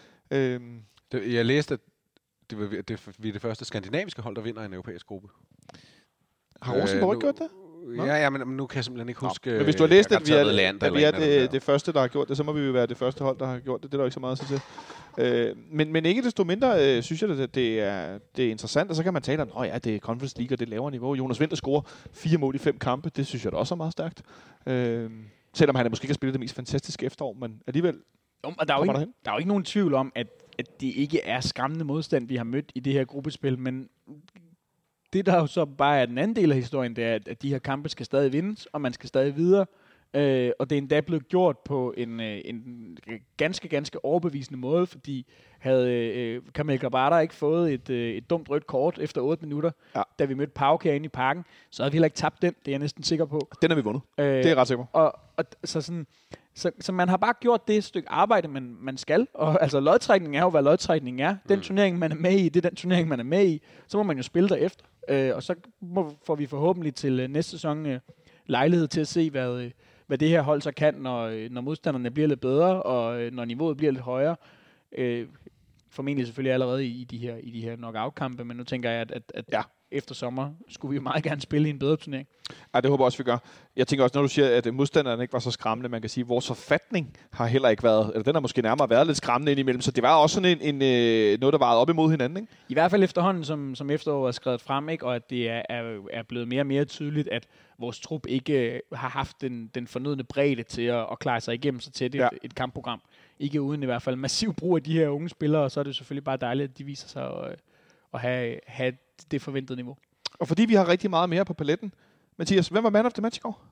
Jeg læste, at vi er det første skandinaviske hold, der vinder en europæisk gruppe. Har Rosenborg ikke gjort det? Ja, men nu kan jeg simpelthen ikke huske... Men hvis du har læst, at vi er det første, der har gjort det, så må vi jo være det første hold, der har gjort det. Det er der ikke så meget at sige til. Men ikke desto mindre synes jeg, at det er interessant, og så kan man tale om, det er Conference League, og det lavere niveau. Jonas Vinter scorer 4 mål i 5 kampe. Det synes jeg da også er meget stærkt. Selvom han måske ikke har spillet det mest fantastiske efterår, men alligevel... Og der er jo ikke nogen tvivl om, at det ikke er skræmmende modstand, vi har mødt i det her gruppespil, men det, der jo så bare er den anden del af historien, det er, at de her kampe skal stadig vindes, og man skal stadig videre. Og det er endda blevet gjort på en ganske overbevisende måde, fordi havde Kamil Grabara ikke fået et dumt rødt kort efter 8 minutter, da vi mødte PAOK herinde i parken, så havde vi heller ikke tabt den. Det er jeg næsten sikker på. Den har vi vundet. Det er jeg ret sikker på. Så man har bare gjort det stykke arbejde, man skal. Og altså, lodtrækning er jo, hvad lodtrækning er. Den turnering, man er med i, det er den turnering, man er med i. Så må man jo spille derefter. Og så får vi forhåbentlig til næste sæson lejlighed til at se, hvad det her hold så kan, når modstanderne bliver lidt bedre, og når niveauet bliver lidt højere. Formentlig selvfølgelig allerede i de her knockout-kampe, men nu tænker jeg, at efter sommer skulle vi meget gerne spille i en bedre turnering. Ja, det håber jeg også, vi gør. Jeg tænker også, når du siger, at modstanderne ikke var så skræmmende, man kan sige, at vores forfatning har heller ikke været, eller den har måske nærmere været lidt skræmmende indimellem, så det var også sådan noget, der varede op imod hinanden, ikke? I hvert fald efterhånden, som efteråret er skrevet frem, ikke? Og at det er blevet mere og mere tydeligt, at vores trup ikke har haft den fornødne bredde til at klare sig igennem så tæt et kampprogram. Ikke uden i hvert fald massiv brug af de her unge spillere, og så er det selvfølgelig bare dejligt, at de viser sig at have det forventede niveau. Og fordi vi har rigtig meget mere på paletten, Mathias, hvem var man of the match i går?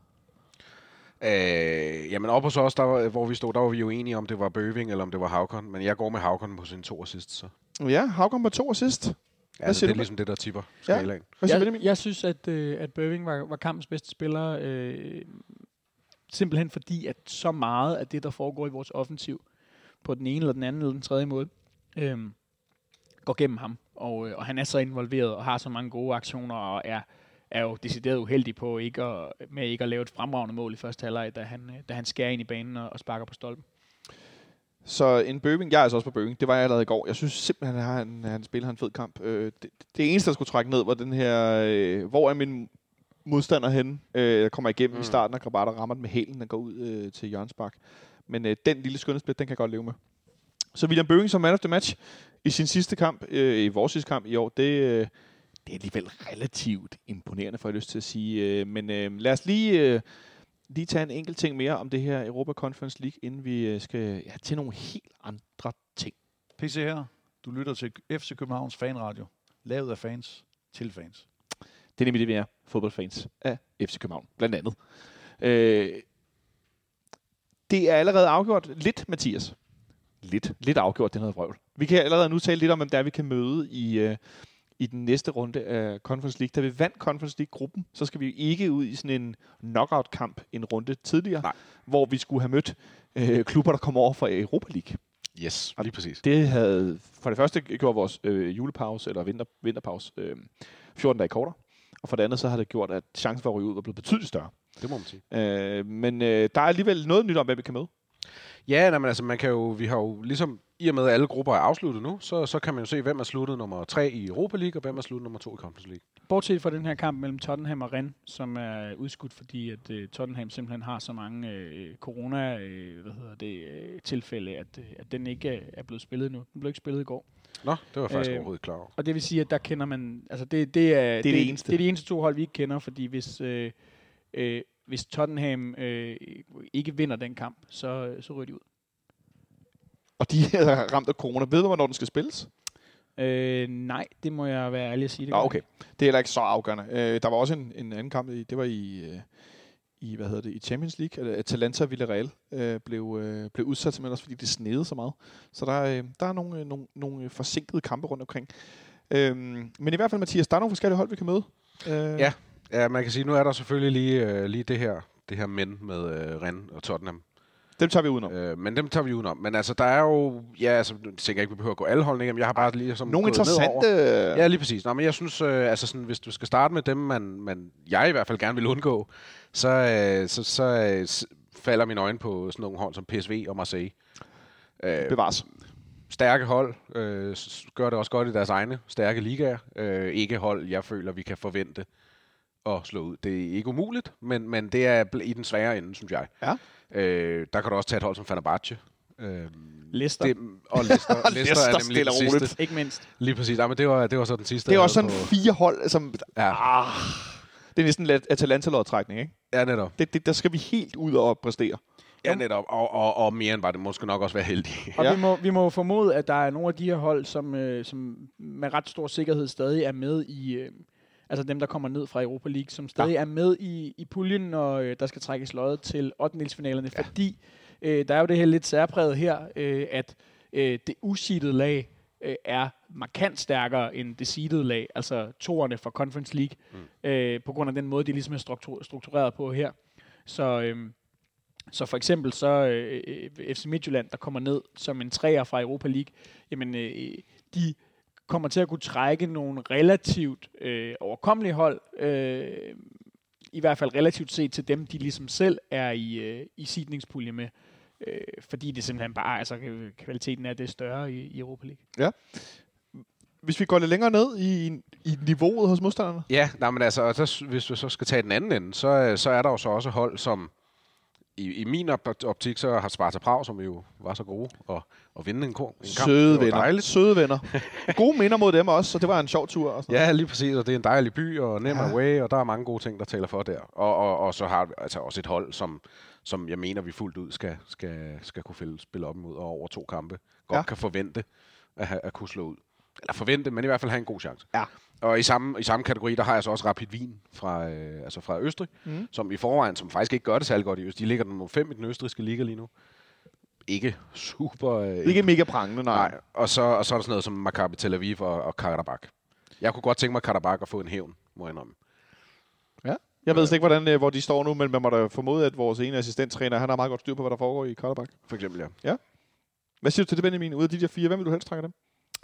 Jamen op hos os, hvor vi stod, der var vi jo enige om, det var Bøving eller om det var Haucon, men jeg går med Haucon på sine 2 assist, så. Ja, Haucon på 2 assist. Altså, det er ligesom det, der tipper skalaen. Jeg synes, at Bøving var kampens bedste spiller, simpelthen fordi, at så meget af det, der foregår i vores offensiv, på den ene eller den anden eller den tredje måde, går gennem ham. Og han er så involveret og har så mange gode aktioner og er jo decideret uheldig på ikke at lave et fremragende mål i første halvleg, da han skærer ind i banen og sparker på stolpen. Så en Bøving, jeg er altså også på Bøving, det var jeg allerede i går. Jeg synes simpelthen, at han spiller en fed kamp. Det eneste, der skulle trække ned, var den her, hvor er min modstander henne? Der kommer igennem i starten, og Grabata rammer den med hælen og går ud til hjørnespark. Men den lille skønhedsplit, den kan jeg godt leve med. Så William Bøving som man of the match i sin sidste kamp, i vores sidste kamp i år, det er alligevel relativt imponerende, får jeg lyst til at sige. Men lad os lige tage en enkelt ting mere om det her Europa Conference League, inden vi skal til nogle helt andre ting. PC her. Du lytter til FC Københavns fanradio. Lavet af fans til fans. Det er nemlig det, vi er. Fodboldfans af FC København, blandt andet. Det er allerede afgjort lidt, Mathias. Lidt afgjort, det er noget vrøvl. Vi kan allerede nu tale lidt om, hvem der vi kan møde i den næste runde af Conference League. Da vi vandt Conference League-gruppen, så skal vi ikke ud i sådan en knockout-kamp en runde tidligere, hvor vi skulle have mødt klubber, der kommer over fra Europa League. Yes, lige præcis. Det havde for det første gjort vores julepause, eller vinterpause, 14 dage kortere. Og for det andet, så har det gjort, at chancen for at ryge ud var blevet betydeligt større. Det må man sige. Men der er alligevel noget nyt om, hvad vi kan møde. Ja, men altså, vi har jo ligesom, i og med at alle grupper er afsluttet nu, så kan man jo se, hvem er sluttet nummer 3 i Europa League, og hvem er sluttet nummer 2 i Conference League. Bortset fra den her kamp mellem Tottenham og Rennes, som er udskudt, fordi at Tottenham simpelthen har så mange tilfælde, at den ikke er blevet spillet nu. Den blev ikke spillet i går. Nå, det var faktisk overhovedet klar over. Og det vil sige, at der kender man, altså det er det eneste. Det er de eneste 2 hold, vi ikke kender, fordi hvis Tottenham ikke vinder den kamp, så ryger de ud. Og de er ramt af corona. Ved du, hvornår den skal spilles? Nej, det må jeg være ærlig at sige. Okay. Det er heller ikke så afgørende. Der var også en anden kamp, det var i Champions League. Atalanta Villarreal blev udsat simpelthen også, fordi det snede så meget. Så der er nogle forsinkede kampe rundt omkring. Men i hvert fald, Mathias, der er nogle forskellige hold, vi kan møde. Ja, man kan sige, nu er der selvfølgelig lige det her men med Rennes og Tottenham. Dem tager vi udenom. Men dem tager vi udenom. Men altså, der er jo... Ja, altså, jeg tænker ikke, vi behøver at gå alle holdene igennem. Jeg har bare lige som nogle interessante... Ja, lige præcis. Nå, men jeg synes, altså sådan, hvis du skal starte med dem, jeg i hvert fald gerne vil undgå, så falder mine øjne på sådan nogle hold som PSV og Marseille. Bevares. Stærke hold. Gør det også godt i deres egne stærke ligaer. Ikke hold, jeg føler, vi kan forvente at slå ud. Det er ikke umuligt, men det er i den svære ende, synes jeg. Ja. Der kan du også tage et hold som Fenerbahce. Leicester. Og Leicester. Leicester er nemlig den sidste. Ikke mindst. Lige præcis. Ja, men det var så den sidste. Det er også sådan 4 hold, som... Ja. Det er næsten Atalanta-lodtrækning, ikke? Ja, netop. Der skal vi helt ud og præstere. Ja, netop. Og mere end bare det måske nok også være heldige. Og vi må formode, at der er nogle af de her hold, som med ret stor sikkerhed stadig er med i... altså dem, der kommer ned fra Europa League, som stadig er med i puljen, når der skal trækkes loddet til 8-delsfinalerne, fordi der er jo det her lidt særpræget her, at det useedede lag er markant stærkere end det seedede lag, altså toerne fra Conference League, på grund af den måde, de ligesom er struktureret på her. Så for eksempel FC Midtjylland, der kommer ned som en træer fra Europa League, jamen de kommer til at kunne trække nogle relativt overkommelige hold, i hvert fald relativt set til dem, de ligesom selv er i seedningspulje med. Fordi det simpelthen bare, altså kvaliteten er det større i Europa League. Ja. Hvis vi går lidt længere ned i niveauet hos modstanderne? Ja, men altså, hvis vi så skal tage den anden ende, så er der jo så også hold, som i min optik, så har Sparta Prag, som jo var så gode, og vinde en kamp. Søde venner. Søde venner. Gode minder mod dem også, så det var en sjov tur. Og ja, lige præcis, og det er en dejlig by, og nem away, og der er mange gode ting, der taler for der. Og så har vi altså også et hold, som jeg mener, vi fuldt ud skal kunne spille op imod, og over 2 kampe godt kan forvente at kunne slå ud. Eller forvente, men i hvert fald have en god chance. Ja. Og i samme kategori, der har jeg så også Rapid Wien fra Østrig, som i forvejen, som faktisk ikke gør det særlig godt i Østrig. De ligger nummer 5 i den østrigske liga lige nu. Ikke super... ikke mega prangende, nej. Og så er der sådan noget som Maccabi Tel Aviv og Karabakh. Jeg kunne godt tænke mig Karabakh at få en hævn, må jeg indrømme. Ja. Jeg ved ikke, hvor de står nu, men man må da formode, at vores ene assistenttræner, han har meget godt styr på, hvad der foregår i Karabakh. For eksempel, ja. Hvad siger du til det, Benjamin? Ud af de der 4, hvem vil du helst trække dem?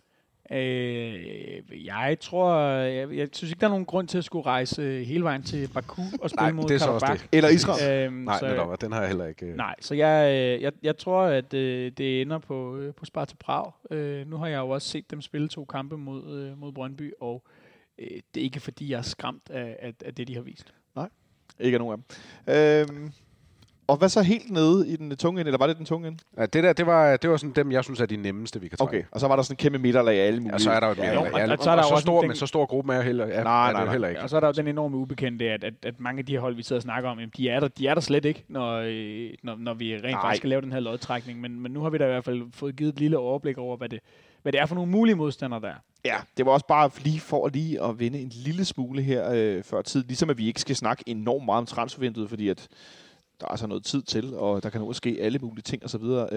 Jeg synes ikke, der er nogen grund til at skulle rejse hele vejen til Baku og spille mod Karabakh. Eller Israel. Nej, den har jeg heller ikke. Nej, så jeg tror, at det ender på Sparta Prag. Nu har jeg jo også set dem spille 2 kampe mod Brøndby, og det er ikke fordi, jeg er skræmt af det, de har vist. Nej, ikke af nogen af dem. Og hvad så helt nede i den tunge ende, eller var det den tunge ende? Ja, det var sådan dem, jeg synes er de nemmeste, vi kan trække. Okay, og så var der sådan en kæmpe midterlag af alle mulige. Ja, så er der jo et midterlag. Så stor gruppe er heller, heller ikke. Og så er der jo den enorme ubekendte, at mange af de her hold, vi sidder og snakker om, de er der slet ikke, når vi rent faktisk skal lave den her lodtrækning. Men nu har vi da i hvert fald fået givet et lille overblik over, hvad det er for nogle mulige modstandere, der er. Ja, det var også bare lige at vinde en lille smule her før tid. Ligesom at vi ikke skal snakke enormt meget om transfervinduet, fordi at der er altså noget tid til, og der kan nu ske alle mulige ting og så videre.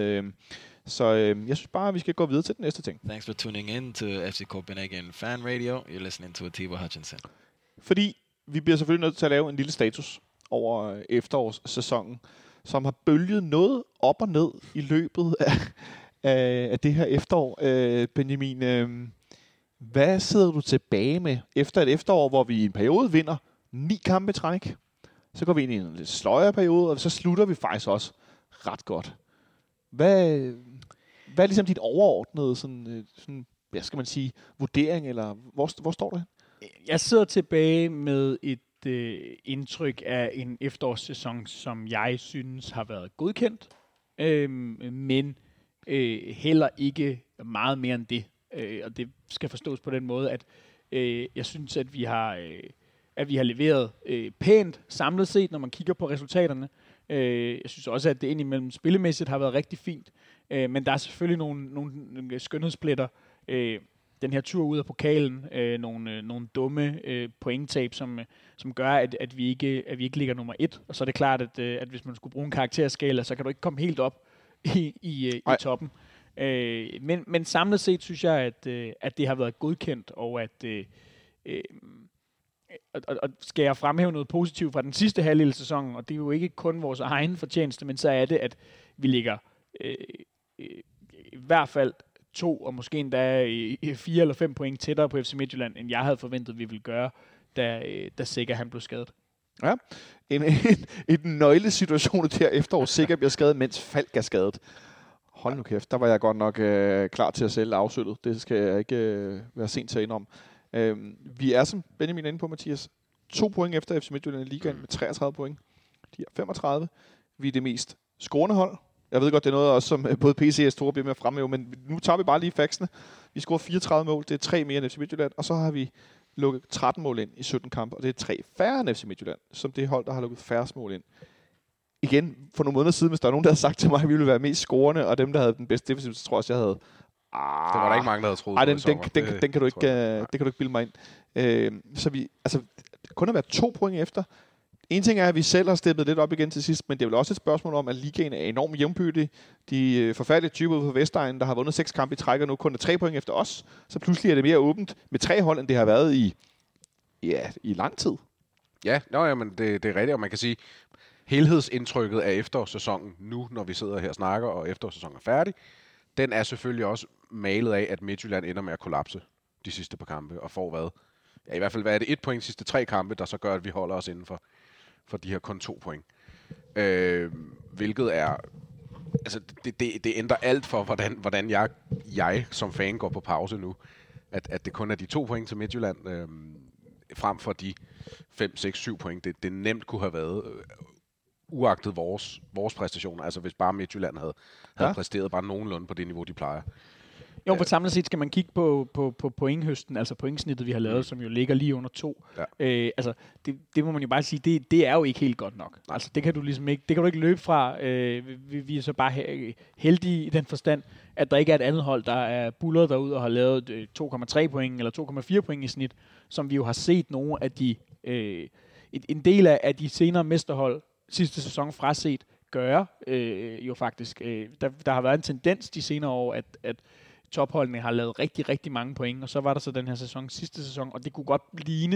Jeg synes bare, at vi skal gå videre til den næste ting. Thanks for tuning in to FC Copenhagen Fan Radio. You're listening to Atiba Hutchinson. Fordi vi bliver selvfølgelig nødt til at lave en lille status over efterårssæsonen, som har bølget noget op og ned i løbet af det her efterår. Benjamin, hvad sidder du tilbage med efter et efterår, hvor vi i en periode vinder 9 kampe i træk? Så går vi ind i en lidt sløjere periode, og så slutter vi faktisk også ret godt. Hvad er ligesom dit overordnede sådan, hvad skal man sige, vurdering, eller hvor står du? Jeg sidder tilbage med et indtryk af en efterårssæson, som jeg synes har været godkendt, men heller ikke meget mere end det. Og det skal forstås på den måde, at jeg synes, at vi har leveret pænt samlet set, når man kigger på resultaterne. Jeg synes også, at det indimellem spillemæssigt har været rigtig fint. Men der er selvfølgelig nogle skønhedspletter. Den her tur ud af pokalen, nogle dumme pointtab, som gør, at vi ikke ligger nummer 1. Og så er det klart, at hvis man skulle bruge en karakterskala, så kan du ikke komme helt op i toppen. Men samlet set synes jeg, at det har været godkendt, og at... Og skal jeg fremhæve noget positivt fra den sidste halvdel af sæsonen, og det er jo ikke kun vores egen fortjeneste, men så er det, at vi ligger i hvert fald 2, og måske endda 4 eller 5 point tættere på FC Midtjylland, end jeg havde forventet, vi ville gøre, da Sikker han blev skadet. Ja, en nøglesituation der efterår. Sikker bliver skadet, mens Falk er skadet. Hold nu kæft, der var jeg godt nok klar til at sælge afsøllet. Det skal jeg ikke være sent til at indrømme. Vi er, som Benjamin er inde på, Mathias, 2 point efter FC Midtjylland i ligaen med 33 point. De har 35. Vi er det mest scorende hold. Jeg ved godt, det er noget også, som både PC og Store bliver med at fremhæve, men nu tager vi bare lige faxene. Vi scorer 34 mål, det er 3 mere end FC Midtjylland, og så har vi lukket 13 mål ind i 17 kampe, og det er 3 færre end FC Midtjylland, som det hold, der har lukket færrest mål ind. Igen, for nogle måneder siden, hvis der er nogen, der havde sagt til mig, at vi ville være mest scorende, og dem, der havde den bedste defensiv, så tror jeg også, jeg havde... Det var der ikke mange, der havde troet på i sommer. Den kan du ikke, det kan du ikke bilde mig ind. Så vi, altså, kun at være 2 point efter. En ting er, at vi selv har steppet lidt op igen til sidst, men det er vel også et spørgsmål om, at ligaen er enormt jævnbyrdig. De forfærdelige typer ude på Vestegnen, der har vundet 6 kampe i træk, og nu kun er 3 point efter os. Så pludselig er det mere åbent med 3 hold, end det har været i lang tid. Ja, men det er rigtigt, og man kan sige, helhedsindtrykket af efterårssæsonen nu, når vi sidder her og snakker, og efterårssæsonen er færdig, den er selvfølgelig også malet af, at Midtjylland ender med at kollapse de sidste par kampe, og får hvad? Ja, i hvert fald, hvad er det? 1 point de sidste 3 kampe, der så gør, at vi holder os inden for de her kun 2 point. Hvilket er... Altså, det ændrer alt for, hvordan jeg som fan går på pause nu. At det kun er de 2 point til Midtjylland, frem for de 5, 6, 7 point. Det nemt kunne have været... uagtet vores præstationer, altså hvis bare Midtjylland havde præsteret bare nogenlunde på det niveau, de plejer. Jo, for samlet set skal man kigge på pointhøsten, altså pointsnittet, vi har lavet, som jo ligger lige under 2. Ja. Altså, det må man jo bare sige, det er jo ikke helt godt nok. Altså, det kan du ligesom ikke, det kan du ikke løbe fra. Vi er så bare heldige i den forstand, at der ikke er et andet hold, der er buller derude og har lavet 2,3 point eller 2,4 point i snit, som vi jo har set nogle af de... en del af de senere mesterhold sidste sæson fraset gøre, jo faktisk. Der har været en tendens de senere år, at topholdene har lavet rigtig, rigtig mange point, og så var der så den her sæson, sidste sæson, og det kunne godt ligne,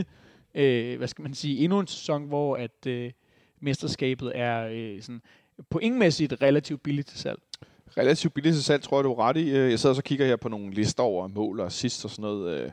endnu en sæson, hvor at mesterskabet er sådan pointmæssigt relativt billigt til salg. Relativt billigt til salg, tror jeg, du er ret i. Jeg sidder og så kigger her på nogle lister over mål og sidst og sådan noget.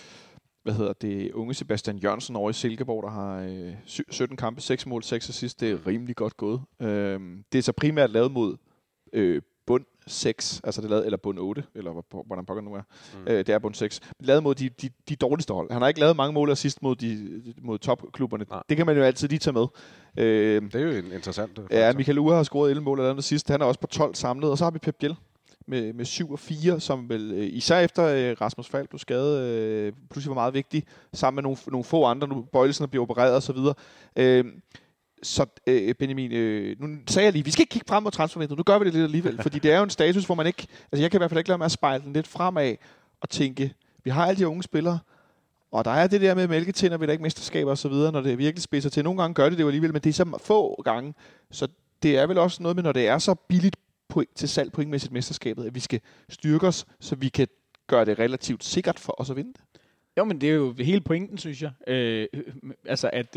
Unge Sebastian Jørgensen over i Silkeborg, der har 17 kampe, 6 mål, 6 assist. Det er rimelig godt gået. Det er så primært lavet mod bund 6, altså det er lavet, eller bund 8, eller hvordan pokker nu er. Det er bund 6. Lavet mod de dårligste hold. Han har ikke lavet mange mål assist mod topklubberne. Nej. Det kan man jo altid lige tage med. Det er jo interessant. Ja, Michael Ure har scoret 11 mål eller andet sidst. Han er også på 12 samlet, og så har vi Pep Biel med 7 og 4, som vel især efter Rasmus Falk blev skadet, pludselig var meget vigtig, sammen med nogle få andre, nu Bøjlesen bliver opereret og så videre. Så Benjamin, nu sagde jeg lige, vi skal ikke kigge frem mod transfervinduet, nu gør vi det lidt alligevel, fordi det er jo en status, hvor man ikke, altså jeg kan i hvert fald ikke lade mig at spejle den lidt fremad og tænke, vi har alle de unge spillere, og der er det der med mælketænder, vi der ikke mesterskaber og så videre, når det virkelig spidser til. Nogle gange gør det jo alligevel, men det er så få gange, så det er vel også noget med, når det er så billigt til salg pointmæssigt mesterskabet, at vi skal styrke os, så vi kan gøre det relativt sikkert for os at vinde det. Jo, men det er jo hele pointen, synes jeg. Altså, at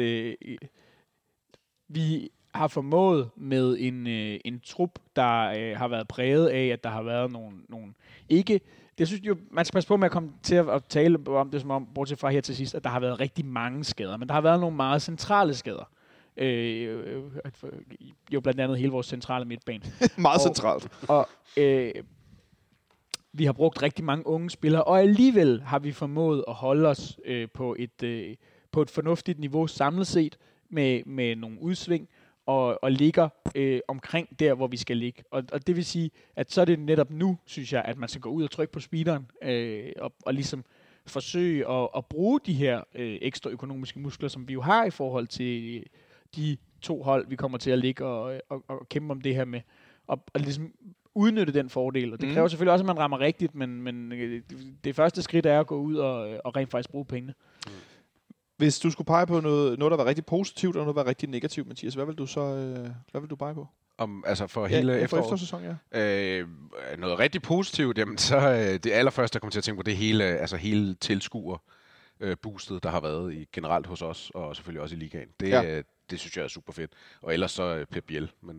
vi har formået med en trup, der har været præget af, at der har været nogle ikke... Det synes jeg jo, man skal passe på med at komme til at tale om det, som om, bortset fra her til sidst, at der har været rigtig mange skader, men der har været nogle meget centrale skader. Jo blandt andet hele vores centrale midtbane. Meget centralt. Og vi har brugt rigtig mange unge spillere, og alligevel har vi formået at holde os på et fornuftigt niveau samlet set med nogle udsving, og ligger omkring der, hvor vi skal ligge. Og det vil sige, at så er det netop nu, synes jeg, at man skal gå ud og trykke på speederen, og ligesom forsøge at bruge de her ekstra økonomiske muskler, som vi jo har i forhold til de 2 hold, vi kommer til at ligge og kæmpe om det her med, og ligesom udnytte den fordel. Og det kræver selvfølgelig også, at man rammer rigtigt, men det første skridt er at gå ud og rent faktisk bruge pengene. Hvis du skulle pege på noget der var rigtig positivt, og noget der var rigtig negativt, Mathias, hvad vil du pege på? Altså for hele efterårssæsonen, ja. Noget rigtig positivt, jamen så det allerførste, jeg kommer til at tænke på, det hele tilskuer boostet, der har været generelt hos os, og selvfølgelig også i ligaen. Det synes jeg er super fedt. Og ellers så Pep Biel. Men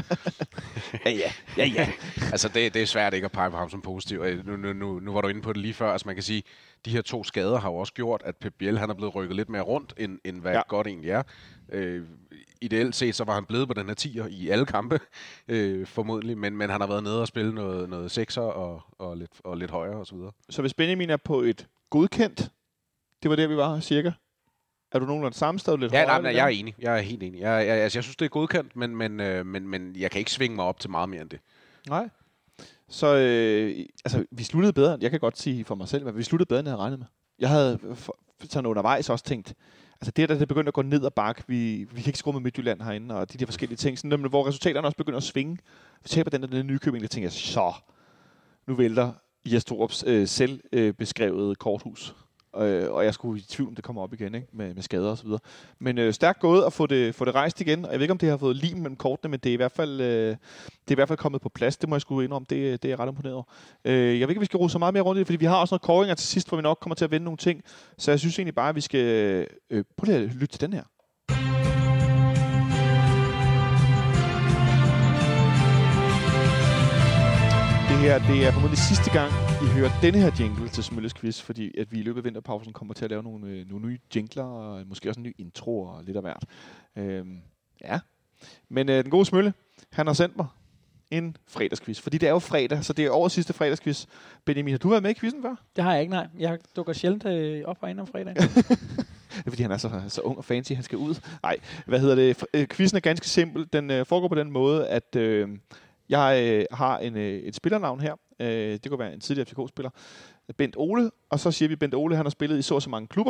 ja. Altså det er svært ikke at pege på ham som positiv. Nu var du inde på det lige før. Altså man kan sige, de her 2 skader har jo også gjort, at Pep Biel han er blevet rykket lidt mere rundt, end hvad godt egentlig er. Ideelt set, så var han blevet på den her 10'er i alle kampe, formodentlig. Men han har været nede og spille noget 6'er og lidt højere osv. Så hvis Benjamin er på et godkendt, det var der, vi var cirka. Er du nogenlunde samme sted lidt højere? Nej, jeg er enig. Jeg er helt enig. Jeg synes, det er godkendt, men jeg kan ikke svinge mig op til meget mere end det. Nej. Så vi sluttede bedre. Jeg kan godt sige for mig selv, men vi sluttede bedre, end jeg havde regnet med. Jeg havde sådan undervejs også tænkt, altså det begyndte at gå ned ad bakke. Vi kan ikke skrue med Midtjylland herinde, og de der forskellige ting, sådan, hvor resultaterne også begynder at svinge. Vi taber den der Nykøbing, der tænker jeg, så nu vælter Jes Torups selvbeskrevede korthus. Og jeg skulle i tvivl, om det kommer op igen, ikke? Med skader og så videre. Men stærkt gået at få det rejst igen. Og jeg ved ikke, om det har fået lim mellem kortene, men det er i hvert fald kommet på plads. Det må jeg sgu indrømme. Det er jeg ret imponeret over. Jeg ved ikke, om vi skal rode så meget mere rundt i det, fordi vi har også noget kåringer til sidst, hvor vi nok kommer til at vende nogle ting. Så jeg synes egentlig bare, at vi skal prøve at lytte til den her. Det er formodentlig sidste gang, I hører denne her jingle til Smølles Quiz, fordi at vi i løbet af vinterpausen kommer til at lave nogle nye jingler, og måske også en ny intro og lidt af hvert. Ja. Men den gode Smølle, han har sendt mig en fredagsquiz, fordi det er jo fredag, så det er årets sidste fredagsquiz. Benjamin, har du været med i quizzen før? Det har jeg ikke, nej. Jeg dukker sjældent op herinde om fredagen. Det er fordi, han er så ung og fancy, han skal ud. Nej, quizzen er ganske simpel. Den foregår på den måde, at jeg har et spillernavn her. Det kunne være en tidligere FCK-spiller. Bent Ole. Og så siger vi, Bent Ole han har spillet i så mange klubber.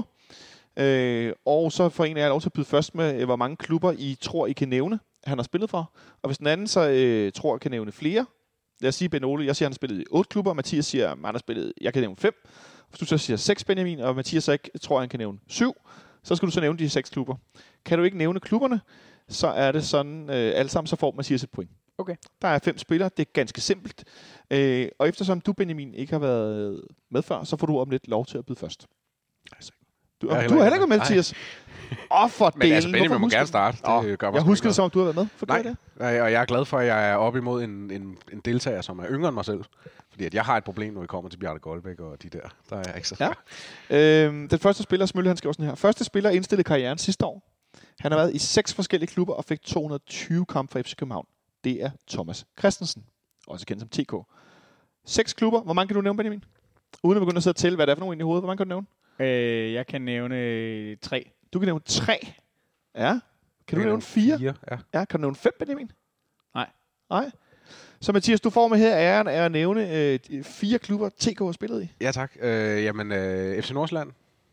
Og så får en af jer lov til at byde først med, hvor mange klubber I tror, I kan nævne, han har spillet for. Og hvis den anden så tror, I kan nævne flere. Lad os sige Bent Ole. Jeg siger, han har spillet i 8 klubber. Mathias siger, han har spillet, jeg kan nævne 5. Hvis du så siger 6, Benjamin, og Mathias så ikke tror, han kan nævne 7, så skal du så nævne de 6 klubber. Kan du ikke nævne klubberne, så er det sådan, alle sammen, så får Mathias et point. Okay. Der er 5 spillere, det er ganske simpelt. Og eftersom du, Benjamin, ikke har været med før, så får du om lidt lov til at byde først. Du har heller ikke været med, Mathias. For men altså, Benjamin må gerne starte. Jeg husker det, som om du har været med. Nej, det. Og jeg er glad for, at jeg er op imod en deltager, som er yngre end mig selv. Fordi at jeg har et problem, når vi kommer til Bjarne Goldbæk og de der. Der er jeg ikke så svær. Den første spiller, Smølle, han skriver sådan her. Første spiller indstillede karrieren sidste år. Han har været i 6 forskellige klubber og fik 220 kampe for FC København. Det er Thomas Christensen, også kendt som TK. 6 klubber. Hvor mange kan du nævne, Benjamin? Uden at begynde at sidde og tælle, hvad det er for nogen i hovedet. Hvor mange kan du nævne? Jeg kan nævne 3. Du kan nævne 3. Ja. Kan du nævne 4? Ja. Kan du nævne 5, Benjamin? Nej. Så Mathias, du får med her æren af at nævne 4 klubber, TK har spillet i. Ja, tak. FC Nordsjælland.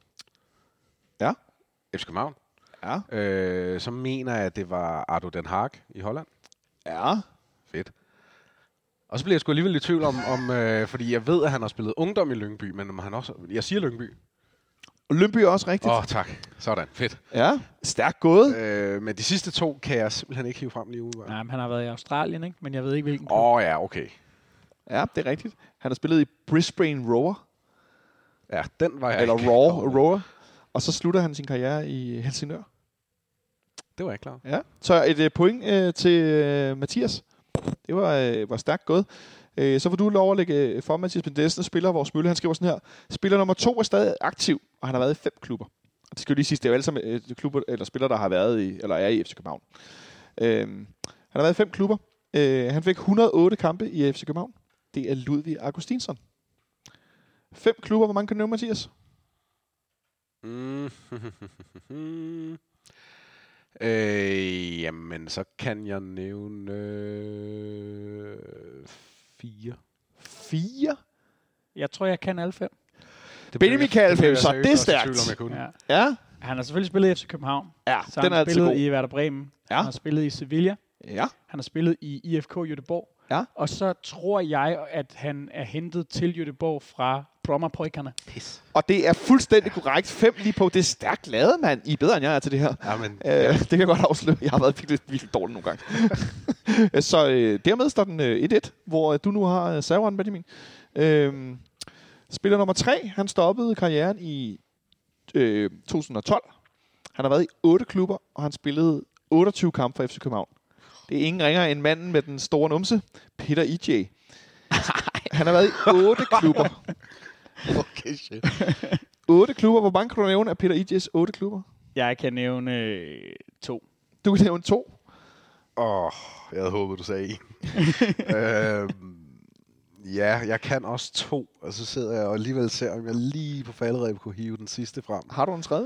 Ja. FC København. Ja. Så mener jeg, at det var Ardo Den Haag i Holland. Ja. Fedt. Og så bliver jeg sgu alligevel i tvivl om fordi jeg ved, at han har spillet ungdom i Lyngby, men om han også... Jeg siger Lyngby. Og Lyngby er også rigtigt. Tak. Sådan. Fedt. Ja, stærkt gået. Men de sidste 2 kan jeg simpelthen ikke hive frem lige ude. Nej, men han har været i Australien, ikke? Men jeg ved ikke, hvilken klub. Ja, okay. Ja, det er rigtigt. Han har spillet i Brisbane Roar. Ja, den var jeg eller ikke. Roar. Og så slutter han sin karriere i Helsingør. Det var jeg klar. Ja, så et point til Mathias. Det var stærkt gået. Så får du lov at lægge for Mathias Bendesen, spiller vores Mølle. Han skriver sådan her. Spiller nummer 2 er stadig aktiv, og han har været i 5 klubber. Og det skal jo lige sige, det er jo alle sammen klubber, eller spillere, der har været i, eller er i FC København. Han har været i 5 klubber. Han fik 108 kampe i FC København. Det er Ludvig Augustinsson. 5 klubber, hvor mange kan du nævne, Mathias? Jamen, så kan jeg nævne 4. 4? Jeg tror, jeg kan alle 5. Benjamin kan alle 5, så det er stærkt. Ja. Han har selvfølgelig spillet i FC København. Ja, så han har spillet i Werder Bremen. Ja. Han har spillet i Sevilla. Ja. Han har spillet i IFK Göteborg. Ja. Og så tror jeg, at han er hentet til Göteborg fra Brommapojkarna. Og det er fuldstændig korrekt. 5 lige på. Det er stærkt lavet, mand. I er bedre, end jeg er til det her. Jamen, det kan jeg godt afsløre. Jeg har været virkelig dårlig nogle gange. Så dermed står den 1-1, hvor du nu har serveren, Benjamin. Spiller nummer 3. Han stoppede karrieren i 2012. Han har været i 8 klubber, og han spillede 28 kampe for FC København. Det er ingen ringer end manden med den store numse, Peter E.J. Han har været i 8 klubber. Okay, shit. 8 klubber. Hvor mange kan du nævne af Peter E.J.'s 8 klubber? Jeg kan nævne 2. Du kan nævne 2? Jeg havde håbet, du sagde 1. Ja, jeg kan også 2. Og så sidder jeg og alligevel ser, om jeg lige på falderæbet kunne hive den sidste frem. Har du en tredje?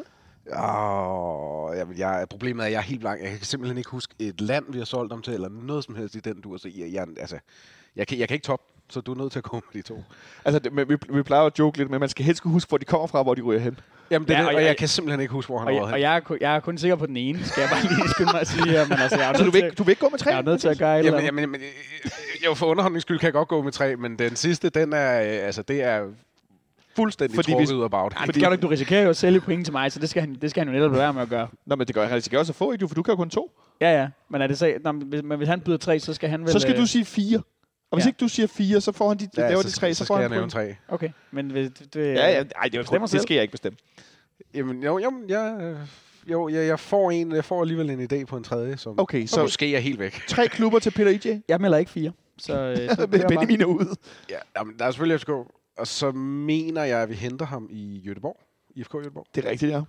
Problemet er, at jeg er helt blank. Jeg kan simpelthen ikke huske et land, vi har solgt dem til, eller noget som helst i den dur. Så jeg kan ikke toppe, så du er nødt til at gå med de to. Altså, vi plejer at joke lidt, men man skal helst huske, hvor de kommer fra, hvor de ryger hen. Jamen, jeg kan simpelthen ikke huske, hvor han har været hen. Og jeg er kun sikker på den ene, skal jeg bare lige skynde mig at sige her. Men altså, du vil ikke gå med 3? Jeg er nødt til at gøre et eller andet. Jamen, jo, for underholdningens skyld kan jeg godt gå med 3, men den sidste, den er, det er fuldstændig trukket ud af baget. Fordi du risikerer jo at sælge point til mig, så det skal han jo netop være med at gøre. Nå, men det gør han risikerer også at få, for du kan jo kun 2. Ja, men er det så, men hvis han byder 3, så skal han vel... Så skal du sige 4. Og hvis ikke du siger 4, så får han laver de 3, så får han point. 3. Okay, men det skal jeg ikke bestemme. Jamen, jeg får alligevel en idé på en tredje, som okay, så måske er helt væk. 3 klubber til Peter EJ. Jeg melder ikke 4. Så Benjamin er ude. Ja, der er selvfølgelig FCK. Og så mener jeg, at vi henter ham i Göteborg. IFK Göteborg. Det er rigtigt, ja.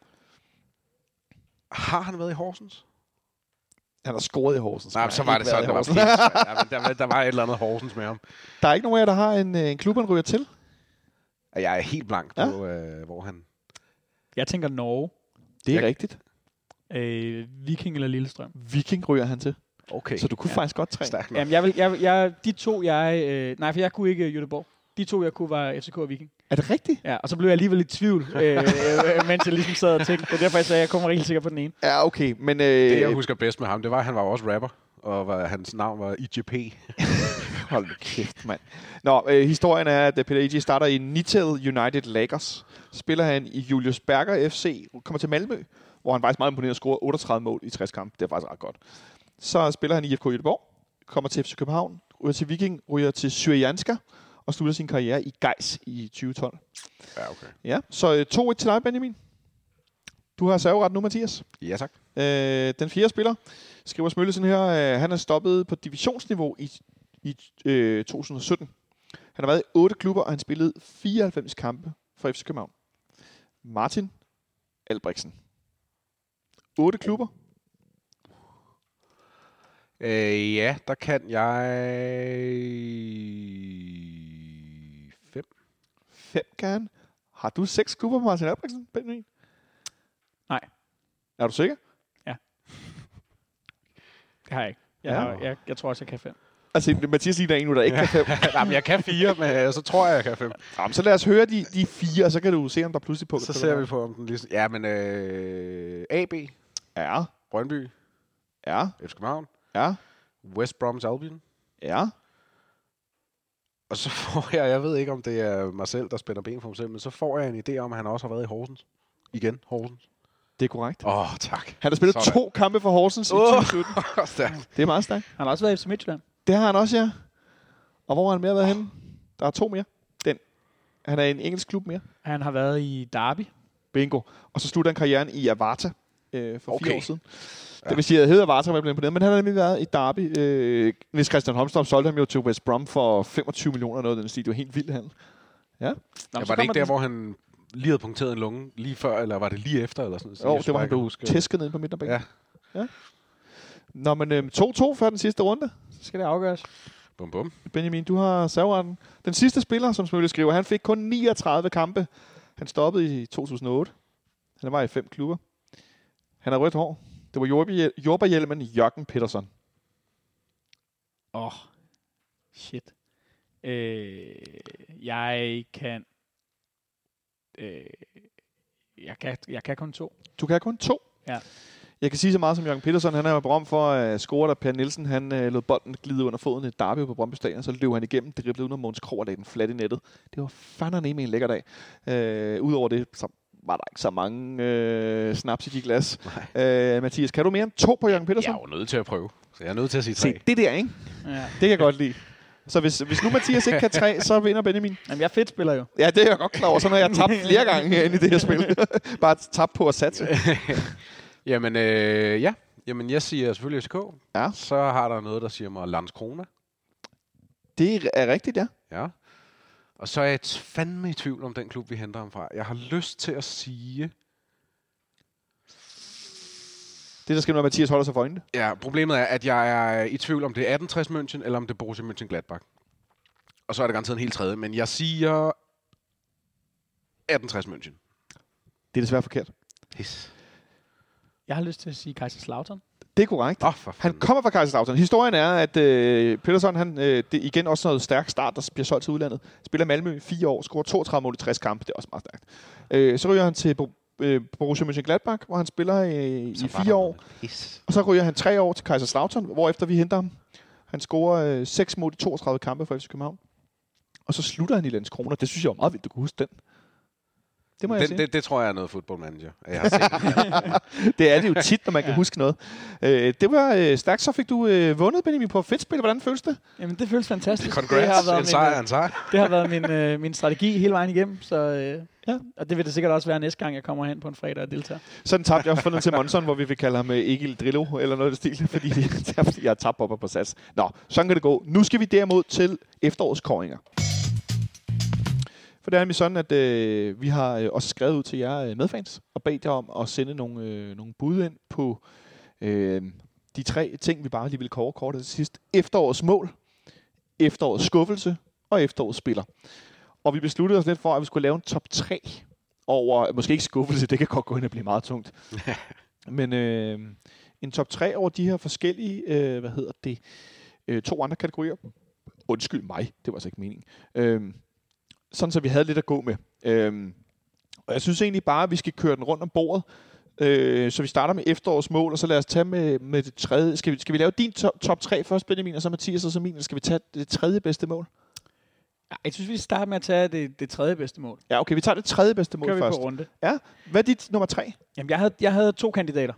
Har han været i Horsens? Han har scoret i Horsens. Nej, så var det sådan, der var et eller andet Horsens med ham. Der er ikke nogen af jer, der har en klub, han ryger til? Jeg er helt blank på, hvor han... Jeg tænker Norge. Det er rigtigt. Viking eller Lillestrøm. Viking ryger han til. Okay. Så du kunne faktisk godt 3. Jamen, de to, for jeg kunne ikke Göteborg. De to, jeg kunne, var FCK og Viking. Er det rigtigt? Ja, og så blev jeg alligevel i tvivl, mens jeg ligesom sad og tænkte. Det er derfor, jeg sagde, at jeg kommer helt sikker på den ene. Ja, okay. Men, det, jeg husker bedst med ham, det var, at han var også rapper. Og hans navn var IGP. Hold nu kæft, mand. Nå, historien er, at Peter EJ starter i Nitel United Lagos. Spiller han i Julius Berger FC. Kommer til Malmø, hvor han faktisk meget imponerende scorer 38 mål i 60 kampe. Det er faktisk ret godt. Så spiller han i IFK Göteborg. Kommer til FC København. Ryger til Viking. Ryger til Syrianska. Og slutter sin karriere i Gais i 2012. Ja, okay. Ja, så 2-1 til dig, Benjamin. Du har serveret nu, Mathias. Ja, tak. Den 4. spiller, skriver Smøllesen her, han er stoppet på divisionsniveau i 2017. Han har været i 8 klubber, og han spillede 94 kampe for FC København. Martin Albrechtsen. 8 klubber. Ja, der kan jeg... 5 kan han. Har du 6 klubber på Martin Albrechtsen, Benjamin? Nej. Er du sikker? Ja. Det har jeg ikke. Jeg tror også, jeg kan 5. Altså, Mathias lige der er en nu, der ikke kan 5. Jamen, jeg kan 4, men så tror jeg kan 5. Jamen, så lad os høre de 4, og så kan du se, om der pludselig på. Så ser vi på, om den lige... Ja, men AB. Ja. Brøndby. Ja. FC København. Ja. West Bromwich Albion. Ja. Og så får jeg ved ikke, om det er mig selv, der spænder ben for mig selv, men så får jeg en idé om, at han også har været i Horsens. Igen, Horsens. Det er korrekt. Tak. Han har spillet 2 kampe for Horsens i 2017. Det er meget stærkt. Han har også været i FC Midtjylland. Det har han også, ja. Og hvor har han mere været henne? Der er 2 mere. Han er i en engelsk klub mere. Han har været i Derby. Bingo. Og så slutter han karrieren i Avarta for 4 år siden. Ja. Det vil sige, at hedder Avarta, var jeg blevet imponeret, men han har nemlig været i Derby. Hvis Christian Holmstrøm solgte ham jo til West Brom for 25 millioner noget af den stil. Det var helt vildt handel. Ja. Var det ikke der, hvor han lige havde punkteret en lunge lige før, eller var det lige efter? Eller sådan, jo, det var han blev tæsket ned på midten af bænken. Ja. Nå, men 2-2 før den sidste runde. Så skal det afgøres. Bum, bum. Benjamin, du har serveretten. Den sidste spiller, som Smølle skriver, han fik kun 39 kampe. Han stoppede i 2008. Han var i 5 klubber. Han har rødt hår. Det var jordbærhjelmen Jørgen Petersen. Shit. Jeg kan kun 2. Du kan kun 2? Ja. Jeg kan sige så meget som Jørgen Petersen. Han er jo berømt for at score, da Per Nielsen han lod bolden glide under foden i et derby på Brøndby Stadion. Så løb han igennem, driblede under Mogens Krog og lagde den flat i nettet. Det var fandme en lækker dag. Udover det, så var der ikke så mange snaps i de glas. Mathias, kan du mere end 2 på Jørgen Petersen? Jeg er jo nødt til at prøve. Så jeg er nødt til at sige 3. Se, det der, ikke? Ja. Det kan jeg godt lide. Så hvis nu Mathias ikke kan 3, så vinder Benjamin. Jamen, jeg er fedt spiller jo. Ja, det er jeg godt klar over. Så når jeg tabt flere gange herinde i det her spil. Bare tabt på at satse. Jamen, ja. Jamen, jeg siger selvfølgelig FCK. Ja. Så har der noget, der siger mig Landskrona. Det er rigtigt, ja. Ja. Og så er jeg fandme i tvivl om den klub, vi henter ham fra. Jeg har lyst til at sige... Det, der skal, når Mathias holder sig for øjnene. Ja, problemet er, at jeg er i tvivl om det er 1860 München, eller om det er Borussia Mönchengladbach. Og så er det garanteret en helt tredje, men jeg siger 1860 München. Det er desværre forkert. Jeg har lyst til at sige Kaiserslautern. Det er korrekt. Han kommer fra Kaiserslautern. Historien er, at Peterson, det er igen også noget stærk start, der bliver solgt til udlandet. Spiller Malmø i 4 år, scorer 32 mål i 60 kampe. Det er også meget stærkt. Så ryger han til Borussia Mönchengladbach, hvor han spiller i 4 år. Og så ryger han 3 år til Kaiserslautern, hvorefter vi henter ham. Han scorer 6 mål i 32 kampe for FC København. Og så slutter han i Landskrona. Det synes jeg var meget vildt, du kunne huske den. Det må jeg sige. Det tror jeg er noget footballmanager. Jeg har set. Det er det jo tit, når man kan huske noget. Det var stærkt. Så fik du vundet, Benjamin, på Fedtspil. Hvordan føles det? Jamen, det føles fantastisk. Congrats. En sejr. Det har været min strategi hele vejen igennem. Så, ja. Og det vil det sikkert også være næste gang, jeg kommer hen på en fredag og deltager. Sådan tabte jeg også fundet til Monson, hvor vi vil kalde ham Egil Drillo, eller noget af det stil, fordi jeg har tabt op på sats. Nå, sådan kan det gå. Nu skal vi derimod til efterårets kåringer. For det er nemlig sådan, at vi har også skrevet ud til jer medfans og bedt jer om at sende nogle bud ind på de 3 ting, vi bare lige vil kåre til sidst. Efterårets mål, efterårets skuffelse og efterårets spiller. Og vi besluttede os lidt for, at vi skulle lave en top 3 over, måske ikke skuffelse, det kan godt gå ind og blive meget tungt, men en top 3 over de her forskellige, 2 andre kategorier. Undskyld mig, det var altså ikke meningen. Sådan så vi havde lidt at gå med. Og jeg synes egentlig bare, at vi skal køre den rundt om bordet. Så vi starter med efterårets mål, og så lad os tage med det tredje. Skal vi lave din top 3 først, Benjamin, og så Mathias, og så min, eller skal vi tage det tredje bedste mål? Ja, jeg synes, vi starter med at tage det tredje bedste mål. Ja, okay, vi tager det tredje bedste mål først. Kører vi på runde. Ja, hvad er dit nummer 3? Jamen, jeg havde 2 kandidater.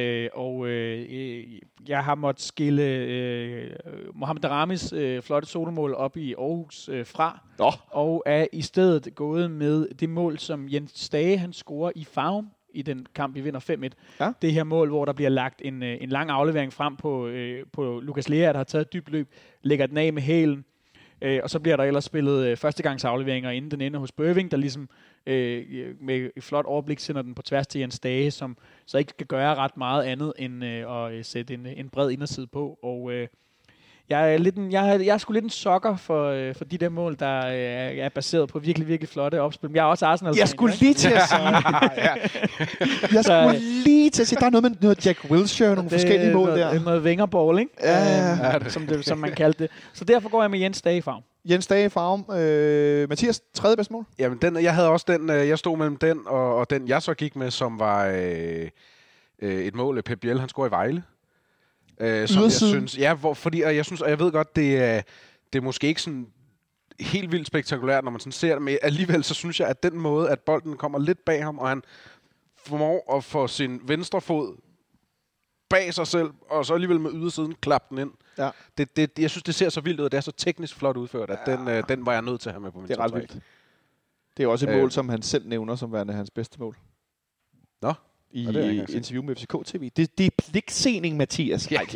Jeg har måttet skille Mohamed Daramis flotte solomål op i Aarhus fra, og er i stedet gået med det mål, som Jens Stage han scorer i Farum i den kamp, vi vinder 5-1. Ja. Det her mål, hvor der bliver lagt en lang aflevering frem på Lukas Lea, der har taget et dybt løb, lægger den af med hælen, og så bliver der ellers spillet førstegangsafleveringer, inden den ender hos Bøving, der ligesom med et flot overblik sender den på tværs til Jens Stage, som så ikke skal gøre ret meget andet end at sætte en bred inderside på. Og jeg er sgu lidt en sokker for de der mål, der er baseret på virkelig, virkelig flotte opspil. Men jeg er også Arsenal. Jeg skulle lige til at sige. Jeg skulle lige til at sige, der er noget med noget Jack Wilshere, nogle forskellige mål der. Noget Wengerball, ikke? Ja. Som man kaldte det. Så derfor går jeg med Jens Stage i Farum. Jens Stage i Farum. Mathias, tredje bedste mål? Jamen, jeg havde også den. Jeg stod mellem den og den, jeg så gik med, som var et mål. Pep Biel, han scorede i Vejle. Som jeg synes, fordi jeg synes, og jeg ved godt, det er måske ikke sådan helt vildt spektakulært, når man sådan ser det, men alligevel så synes jeg, at den måde, at bolden kommer lidt bag ham, og han formår at få sin venstre fod bag sig selv, og så alligevel med ydersiden klappe den ind. Ja. Jeg synes, det ser så vildt ud, og det er så teknisk flot udført, at den var jeg nødt til at have med på min top 3. Det er ret vildt. Det er også et mål, som han selv nævner som værende hans bedste mål. Nå. I interview med FCK TV. Det er pligtsening, Mathias. Ja,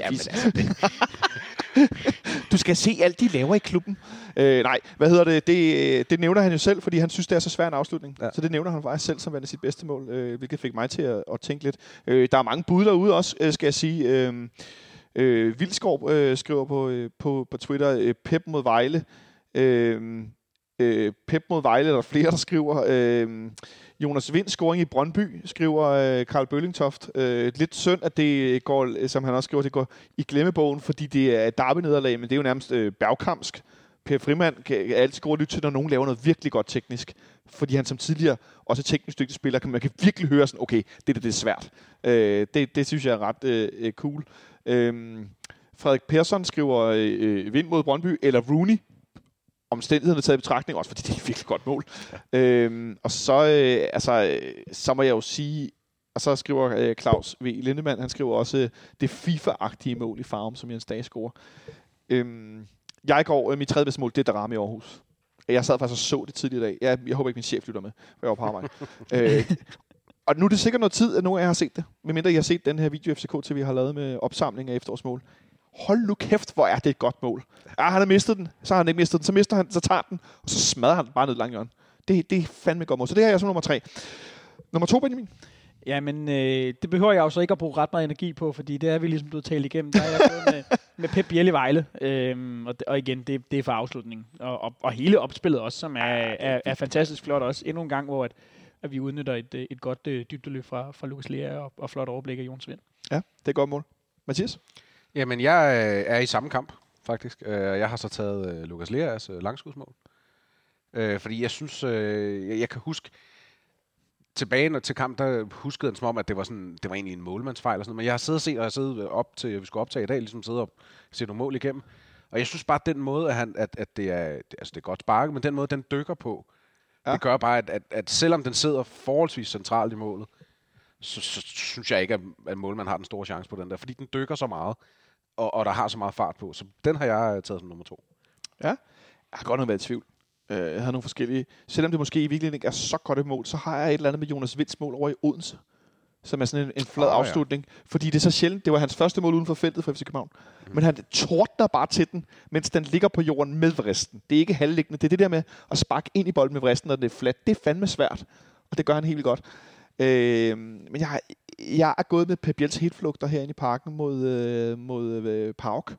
du skal se alt, de laver i klubben. Det nævner han jo selv, fordi han synes, det er så svær en afslutning. Ja. Så det nævner han faktisk selv som værende sit bedste mål, hvilket fik mig til at tænke lidt. Der er mange bud derude også, skal jeg sige. Vildskov skriver på Twitter, Pep mod Vejle. Pep mod Vejle, der er flere, der skriver. Jonas Vind scoring i Brøndby, skriver Karl Bøllingtoft. Lidt synd, at det går, som han også skriver, det går i glemmebogen, fordi det er et derby-nederlag, men det er jo nærmest bergkampsk. Per Frimand kan altid gå og lytte til, når nogen laver noget virkelig godt teknisk, fordi han som tidligere også teknisk dygtig spiller, man kan virkelig høre sådan, okay, det er svært. Det synes jeg er ret cool. Frederik Persson skriver Vind mod Brøndby, eller Rooney, omstændighederne taget i betragtning, også fordi det er et virkelig godt mål. Ja. Og så, så må jeg jo sige, og så skriver Claus V. Lindemann, han skriver også det FIFA-agtige mål i Farum, som Jens Stage scorer. Jeg går, mit tredje bedste mål, det er Darami i Aarhus. Jeg sad faktisk og så det tidligere i dag. Jeg håber ikke, min chef lytter med, for jeg var på arbejde. Og nu er det sikkert noget tid, at nogen af jer har set det. Medmindre I har set den her video, FCK TV har lavet med opsamling af efterårsmål. Hold nu kæft, hvor er det et godt mål. Ja, han har mistet den, så har han ikke mistet den, så mister han, så tager den, og så smadrer han den bare ned langt hjørne. Det er fandme et godt mål. Så det her er jeg som nummer 3. Nummer 2, Benjamin? Jamen, det behøver jeg jo så ikke at bruge ret meget energi på, fordi det er vi ligesom blevet talt igennem. Der er jeg gået med Pep Biel i Vejle, og igen, det er for afslutningen. Og hele opspillet også, som er fantastisk flot også. Endnu en gang, hvor at vi udnytter et godt dybdeløb fra Lukas Lea og flot overblik af Jon Svind. Ja, det er et godt mål. Mathias? Jamen, jeg er i samme kamp, faktisk. Jeg har så taget Lukas Leas langskudsmål. Fordi jeg synes, jeg kan huske, tilbage til kamp, der huskede han som om, at det var egentlig en målmandsfejl og sådan noget. Men jeg har siddet op til, at vi skulle optage i dag, ligesom siddet op og set nogle mål igennem. Og jeg synes bare, at den måde, at det er godt sparket, men den måde, den dykker på, det gør bare, at selvom den sidder forholdsvis centralt i målet, så synes jeg ikke, at målmanden har den store chance på den der, fordi den dykker så meget, og der har så meget fart på. Så den har jeg taget som nummer 2. Ja, jeg har godt nok været i tvivl. Jeg har nogle forskellige. Selvom det måske i virkeligheden ikke er så godt et mål, så har jeg et eller andet med Jonas Vinds mål over i Odense, som er sådan en flad afslutning. Fordi det er så sjældent. Det var hans første mål uden for feltet for FC København. Men han tordner bare til den, mens den ligger på jorden med vristen. Det er ikke halvliggende. Det er det der med at sparke ind i bolden med vristen, når den er flat. Det er fandme svært. Og det gør han helt vildt godt. Men jeg er gået med Pep Biels helflugter herinde i parken mod PAOK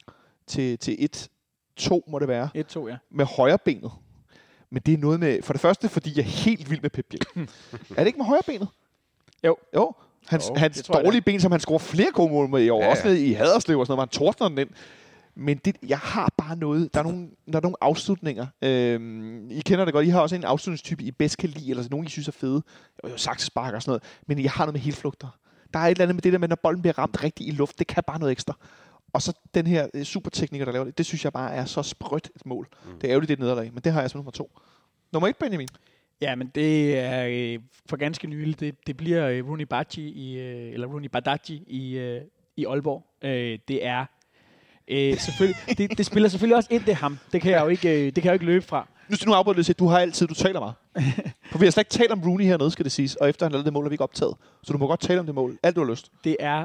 til 1-2 må det være. 1-2, ja. Med højrebenet. Men det er noget med... For det første, fordi jeg er helt vild med Pep Biel. Er det ikke med højrebenet? Jo. Hans dårlige ben, som han scorer flere gode mål med i år. Ja. Også nede i Haderslev og sådan noget, hvor han tordner den ind. Men jeg har bare noget... Der er nogle afslutninger. I kender det godt. I har også en afslutningstype, I bedst kan lide, eller nogen, I synes er fede. Saksespark og sådan noget. Men jeg har noget med helflugter. Der er et eller andet med det der med, når bolden bliver ramt rigtig i luft. Det kan bare noget ekstra. Og så den her supertekniker, der laver det synes jeg bare er så sprødt et mål. Det er ærgerligt, det er et nederlag, men det har jeg som nummer 2. Nummer 1, Benjamin? Ja, men det er for ganske nylig. Det bliver Rooney Badaji i Aalborg. Det er selvfølgelig... det spiller selvfølgelig også ind, det ham. Det kan jeg jo ikke løbe fra. Nu afbryder det, du har altid, du taler meget. For vi har slet ikke talt om Rooney hernede, skal det siges. Og efter han lavede det mål, har vi ikke optaget. Så du må godt tale om det mål. Alt du har lyst. Det er...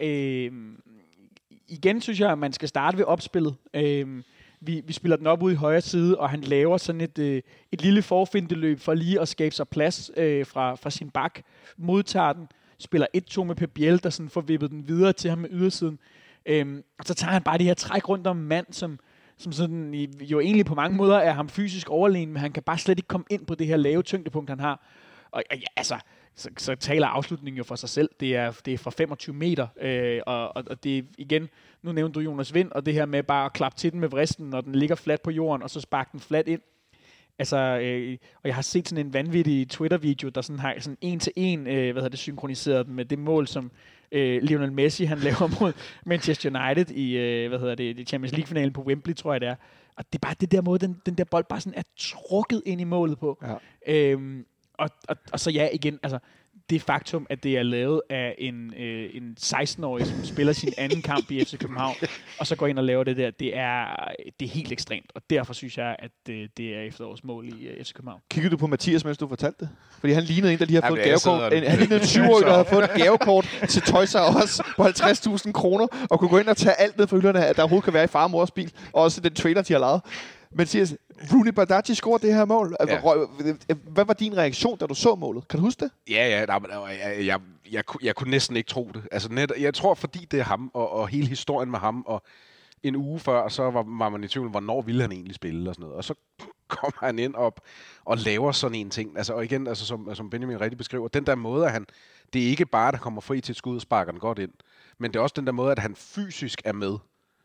Igen synes jeg, at man skal starte ved opspillet. Vi spiller den op ude i højre side, og han laver sådan et lille forfindeløb for lige at skabe sig plads fra sin bak. Modtager den, spiller 1-2 med Pep Biel, der sådan får vippet den videre til ham med ydersiden. Og så tager han bare det her træk rundt om mand, som sådan, jo egentlig på mange måder er ham fysisk overlegen, men han kan bare slet ikke komme ind på det her lave tyngdepunkt, han har. Og ja, altså... Så taler afslutningen jo for sig selv. Det er fra 25 meter, og det er igen, nu nævnte du Jonas Vind, og det her med bare at klappe til den med vristen, når den ligger fladt på jorden, og så sparke den fladt ind. Altså, og jeg har set sådan en vanvittig Twitter-video, der sådan har sådan en-til-en, synkroniseret med det mål, som Lionel Messi han laver mod Manchester United i Champions League-finalen på Wembley, tror jeg det er. Og det er bare det der måde, den der bold bare sådan er trukket ind i målet på. Ja. Og så ja, igen, altså det faktum, at det er lavet af en 16-årig, som spiller sin anden kamp i FC København, og så går ind og laver det der, det er helt ekstremt, og derfor synes jeg, at det er efterårårets mål i FC København. Kiggede du på Mathias, mens du fortalte det? Fordi han lignede en, der lige har fået et gavekort. Han lignede en 20-årig, der havde fået et gavekort til Toys R Us på 50.000 kroner, og kunne gå ind og tage alt ned fra hylderne, at der overhovedet kan være i far og mors bil, og også den trailer, de har lavet. Men siger, Rooney Badaji scorer det her mål. Ja. Hvad var din reaktion, da du så målet? Kan du huske det? Ja, jeg kunne næsten ikke tro det. Altså, jeg tror, fordi det er ham, og hele historien med ham, og en uge før, så var man i tvivl, hvornår ville han egentlig spille og sådan noget. Og så kommer han ind op og laver sådan en ting. Altså, og igen, altså, som Benjamin rigtig beskriver, den der måde, at det er ikke bare, der kommer fri til et skud og sparker den godt ind, men det er også den der måde, at han fysisk er med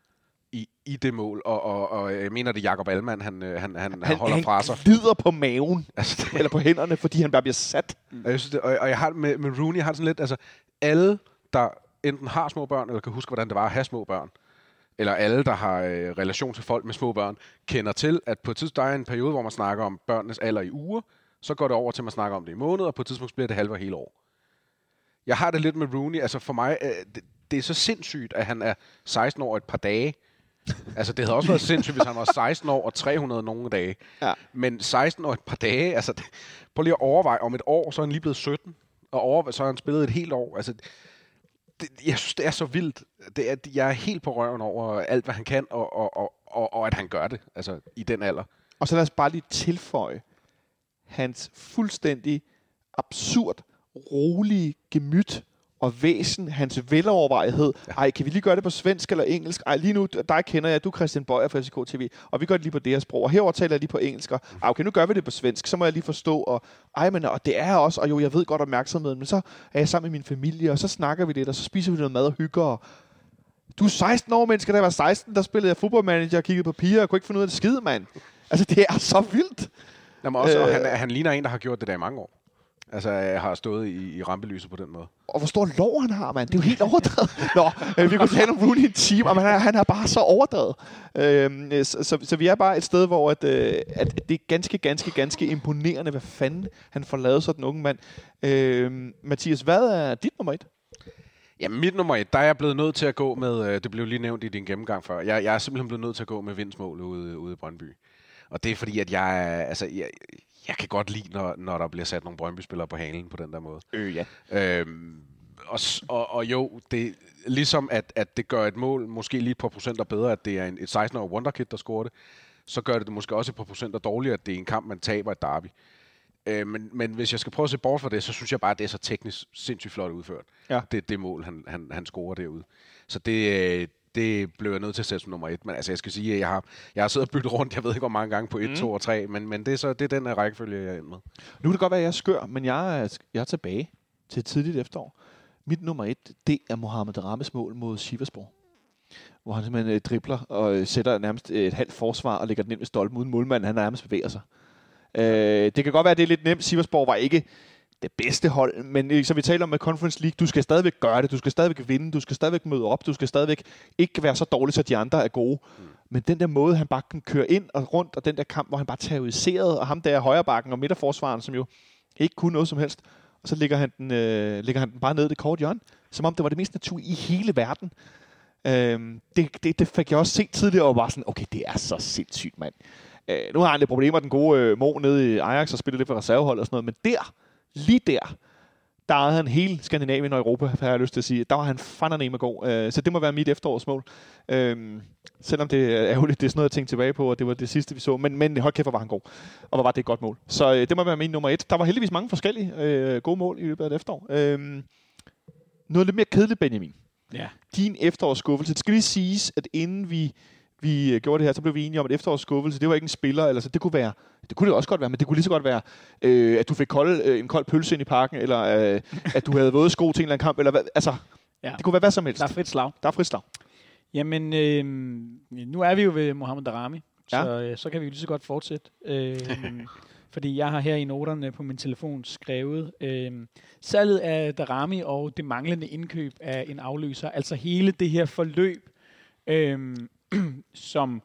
i det mål, og jeg mener, det er Jakob Allmann, han holder fra sig. Han glider på maven, eller på hænderne, fordi han bare bliver sat. Jeg synes det, og jeg har med Rooney, jeg har sådan lidt, altså alle, der enten har små børn, eller kan huske, hvordan det var at have små børn, eller alle, der har relation til folk med små børn, kender til, at på et tidspunkt, der er en periode, hvor man snakker om børnenes alder i uger, så går det over til, at man snakker om det i måneder, og på et tidspunkt bliver det halve og hele år. Jeg har det lidt med Rooney, altså for mig, det er så sindssygt, at han er 16 år et par dage. Altså, det havde også været sindssygt, hvis han var 16 år og 300 nogle dage. Ja. Men 16 år et par dage, altså, prøv lige at overveje, om et år, så er han lige blevet 17, og så har han spillet et helt år. Altså, jeg synes, det er så vildt. Jeg er helt på røven over alt, hvad han kan, og at han gør det, altså, i den alder. Og så lad os bare lige tilføje hans fuldstændig absurd, rolige gemyt og væsen, hans velovervejethed. Ej, kan vi lige gøre det på svensk eller engelsk? Ej, lige nu, dig kender jeg, du er Christian Bøjer fra FCK TV, og vi gør det lige på det her sprog, og herover taler jeg lige på engelsk, og okay, nu gør vi det på svensk, så må jeg lige forstå, og det er også, og jo, jeg ved godt opmærksomheden, men så er jeg sammen med min familie, og så snakker vi lidt, og så spiser vi noget mad og hygger, og du er 16 år, mennesker, da jeg var 16, der spillede jeg fodboldmanager og kiggede på piger, og kunne ikke finde ud af det skide, mand. Altså, det er så vildt. Jamen også, han ligner en, der har gjort det der i mange år. Altså, jeg har stået i rampelyset på den måde. Og hvor stor lår han har, mand. Det er jo helt overdrevet. Vi kunne tale om Rooney i en time, men han er bare så overdrevet. Så vi er bare et sted, hvor at det er ganske imponerende, hvad fanden han får lavet sådan en unge mand. Mathias, hvad er dit nummer 1? Jamen, mit nummer 1, der er jeg blevet nødt til at gå med, det blev lige nævnt i din gennemgang før, jeg er simpelthen blevet nødt til at gå med Vindsmål ude i Brøndby. Og det er fordi, at jeg kan godt lide, når der bliver sat nogle Brøndby-spillere på halen på den der måde. Ja. Og jo, det ligesom at det gør et mål måske lige et par procenter bedre, at det er et 16-årig wonderkid, der scorer det, så gør det måske også et par procenter dårligere, at det er en kamp, man taber et derby. Men hvis jeg skal prøve at se bort fra det, så synes jeg bare, at det er så teknisk sindssygt flot udført. Ja. Det mål, han scorer derude. Så det blev jeg nødt til at sætte som nummer 1. Men altså, jeg skal sige, at jeg har siddet og byttet rundt, jeg ved ikke hvor mange gange på 1, 2 og 3, men det er den her rækkefølge, jeg er ind med. Nu kan det godt være, at jeg er skør, men jeg er tilbage til et tidligt efterår. Mit nummer 1, det er Mohamed Darames mål mod Sivasspor, hvor han simpelthen dribler og sætter nærmest et halvt forsvar og lægger den ind ved stolpen uden målmanden. Han nærmest bevæger sig. Det kan godt være, at det er lidt nemt. Sivasspor var ikke det bedste hold, men som vi taler om med Conference League, du skal stadigvæk gøre det, du skal stadigvæk vinde, du skal stadigvæk møde op, du skal stadigvæk ikke være så dårlig, så de andre er gode. Men den der måde, han bare kan køre ind og rundt, og den der kamp, hvor han bare terroriserede, og ham der højrebakken og midterforsvaren, som jo ikke kunne noget som helst, og så lægger han den bare ned i det kort hjørne, som om det var det mest naturlige i hele verden. Det fik jeg også set tidligere, og var sådan, okay, det er så sindssygt, mand. Nu har han lidt problemer, den gode Mo nede i Ajax, og spiller lidt for reservehold og sådan noget, men lige der ejede han hele Skandinavien og Europa, har jeg lyst til at sige. Der var han fandeme god. Så det må være mit efterårsmål. Selvom det er ærgerligt, det er sådan noget, jeg tænkte tilbage på, og det var det sidste, vi så. Men hold kæft, hvor var han god. Og hvor var det et godt mål. Så det må være min nummer 1. Der var heldigvis mange forskellige gode mål i løbet af et efterår. Noget lidt mere kedeligt, Benjamin. Ja. Din efterårsskuffelse. Det skal lige siges, at inden vi gjorde det her, så blev vi enige om, at efterårsskuffelse, det var ikke en spiller, eller så det kunne det også godt være, men det kunne lige så godt være, at du fik en kold pølse ind i parken, eller at du havde våde sko til en eller anden kamp, eller hvad, altså, ja. Det kunne være hvad som helst. Der er frit slag. Jamen, nu er vi jo ved Mohamed Daramy, så kan vi lige så godt fortsætte. Fordi jeg har her i noterne på min telefon skrevet salget af Daramy og det manglende indkøb af en afløser, altså hele det her forløb, som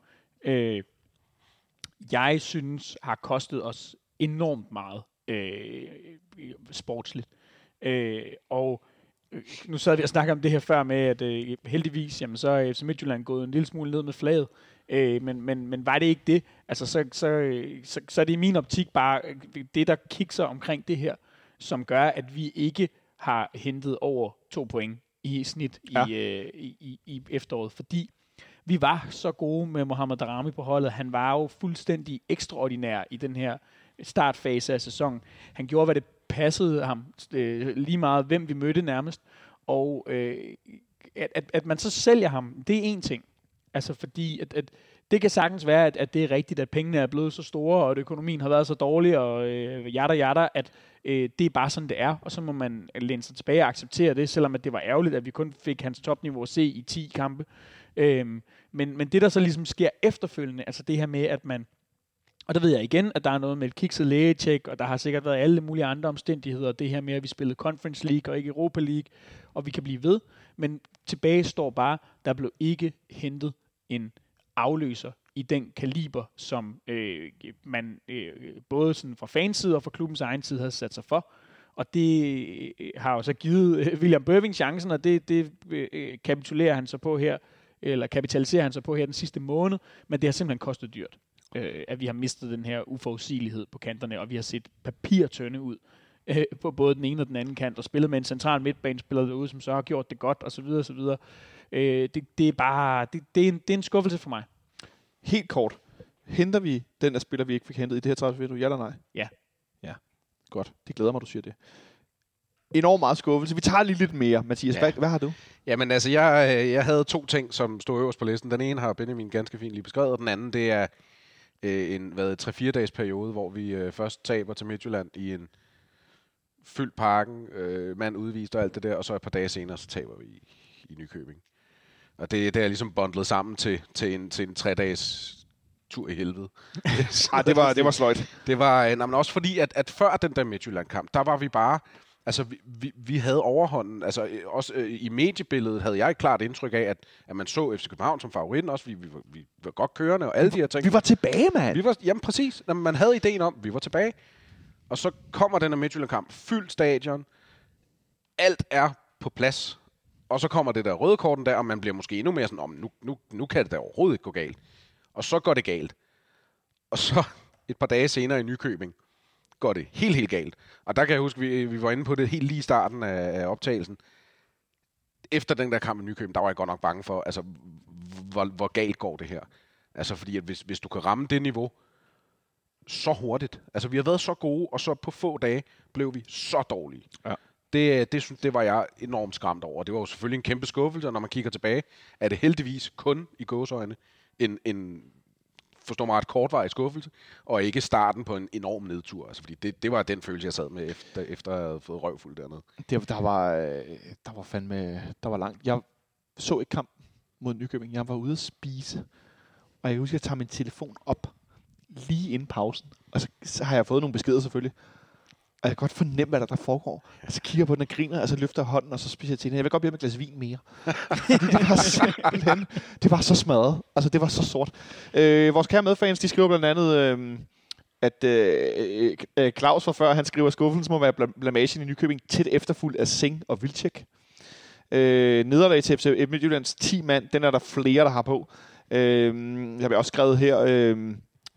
jeg synes har kostet os enormt meget sportsligt. Og nu sad vi og snakkede om det her før med, at heldigvis, jamen, så er FC Midtjylland gået en lille smule ned med flaget. Men var det ikke det? Altså, så er det i min optik bare det, der kikser omkring det her, som gør, at vi ikke har hentet over 2 point i snit i efteråret, fordi vi var så gode med Mohamed Daramy på holdet. Han var jo fuldstændig ekstraordinær i den her startfase af sæsonen. Han gjorde, hvad det passede ham, lige meget hvem vi mødte nærmest. Og at man så sælger ham, det er en ting. Altså fordi, at det kan sagtens være, at det er rigtigt, at pengene er blevet så store, og at økonomien har været så dårlig, og at det er bare sådan, det er. Og så må man læne sig tilbage og acceptere det, selvom at det var ærgerligt, at vi kun fik hans topniveau at se i 10 kampe. Men det, der så ligesom sker efterfølgende, altså det her med, at man, og der ved jeg igen, at der er noget med et kikset lægetjek, og der har sikkert været alle mulige andre omstændigheder, det her med, at vi spillede Conference League og ikke Europa League, og vi kan blive ved. Men tilbage står bare, der blev ikke hentet en afløser i den kaliber, som man både sådan fra fanside og fra klubbens egen side havde sat sig for. Og det har jo så givet William Bøving chancen, og det kapitaliserer han sig på her den sidste måned, men det har simpelthen kostet dyrt, at vi har mistet den her uforudsigelighed på kanterne, og vi har set papirtønde ud på både den ene og den anden kant, og spillet med en central midtbanespiller derude, som så har gjort det godt, og så videre, og så videre. Det er bare, det er en skuffelse for mig. Helt kort. Henter vi den der spiller, vi ikke fik hentet i det her transfervindue? Ja eller nej? Ja. Ja. Godt. Det glæder mig, du siger det. enormt meget skuffelse. Vi tager lige lidt mere. Mathias, hvad har du? Jamen altså, jeg havde 2 ting, som stod øverst på listen. Den ene har Benjamin ganske fint lige beskrevet, og den anden, det er en 3-4 dages periode, hvor vi først taber til Midtjylland i en fyldt parken, mand udvist og alt det der, og så et par dage senere, så taber vi i Nykøbing. Og det er ligesom bundlet sammen til en 3 dages tur i helvede. Det var sløjt. Det var men også fordi, at før den der Midtjylland-kamp, der var vi bare... Altså, vi havde overhånden. Altså, også i mediebilledet havde jeg et klart indtryk af, at man så FC København som favoritten også. Vi var godt kørende, og alle de her ting. Vi var tilbage, mand! Jamen, præcis. Man havde ideen om, vi var tilbage. Og så kommer den her Midtjylland-kamp. Fyldt stadion. Alt er på plads. Og så kommer det der røde korten der, og man bliver måske endnu mere sådan, nu kan det da overhovedet ikke gå galt. Og så går det galt. Og så et par dage senere i Nykøbing, går det helt galt. Og der kan jeg huske, vi var inde på det helt lige i starten af optagelsen. Efter den der kamp i Nykøbing, der var jeg godt nok bange for, altså, hvor galt går det her. Altså, fordi at hvis du kan ramme det niveau så hurtigt. Altså, vi har været så gode, og så på få dage blev vi så dårlige. Ja. Det var jeg enormt skræmt over. Det var jo selvfølgelig en kæmpe skuffelse, og når man kigger tilbage, er det heldigvis kun i gåseøjne en forstår mig ret kortvarig skuffelse, og ikke starten på en enorm nedtur. Altså, fordi det var den følelse, jeg sad med, efter jeg havde fået røvfuld dernede. Der var langt. Jeg så et kamp mod Nykøbing. Jeg var ude at spise, og jeg husker, at jeg tager min telefon op lige inden pausen, og så har jeg fået nogle beskeder selvfølgelig. Og jeg kan godt fornemme, hvad der foregår. Og så kigger jeg på den og griner, og så løfter jeg hånden, og så spiser jeg til den. Jeg vil godt blive med et glas vin mere. det var simpelthen... Det var så smadret. Altså, det var så sort. Vores kære medfans, de skriver blandt andet, at Claus fra før, han skriver, at skuffelsen må være blamagen i Nykøbing tæt efterfulgt af Singh og Wilczek. Nederlag til FC Midtjyllands 10 mand, den er der flere, der har på. Jeg har også skrevet her...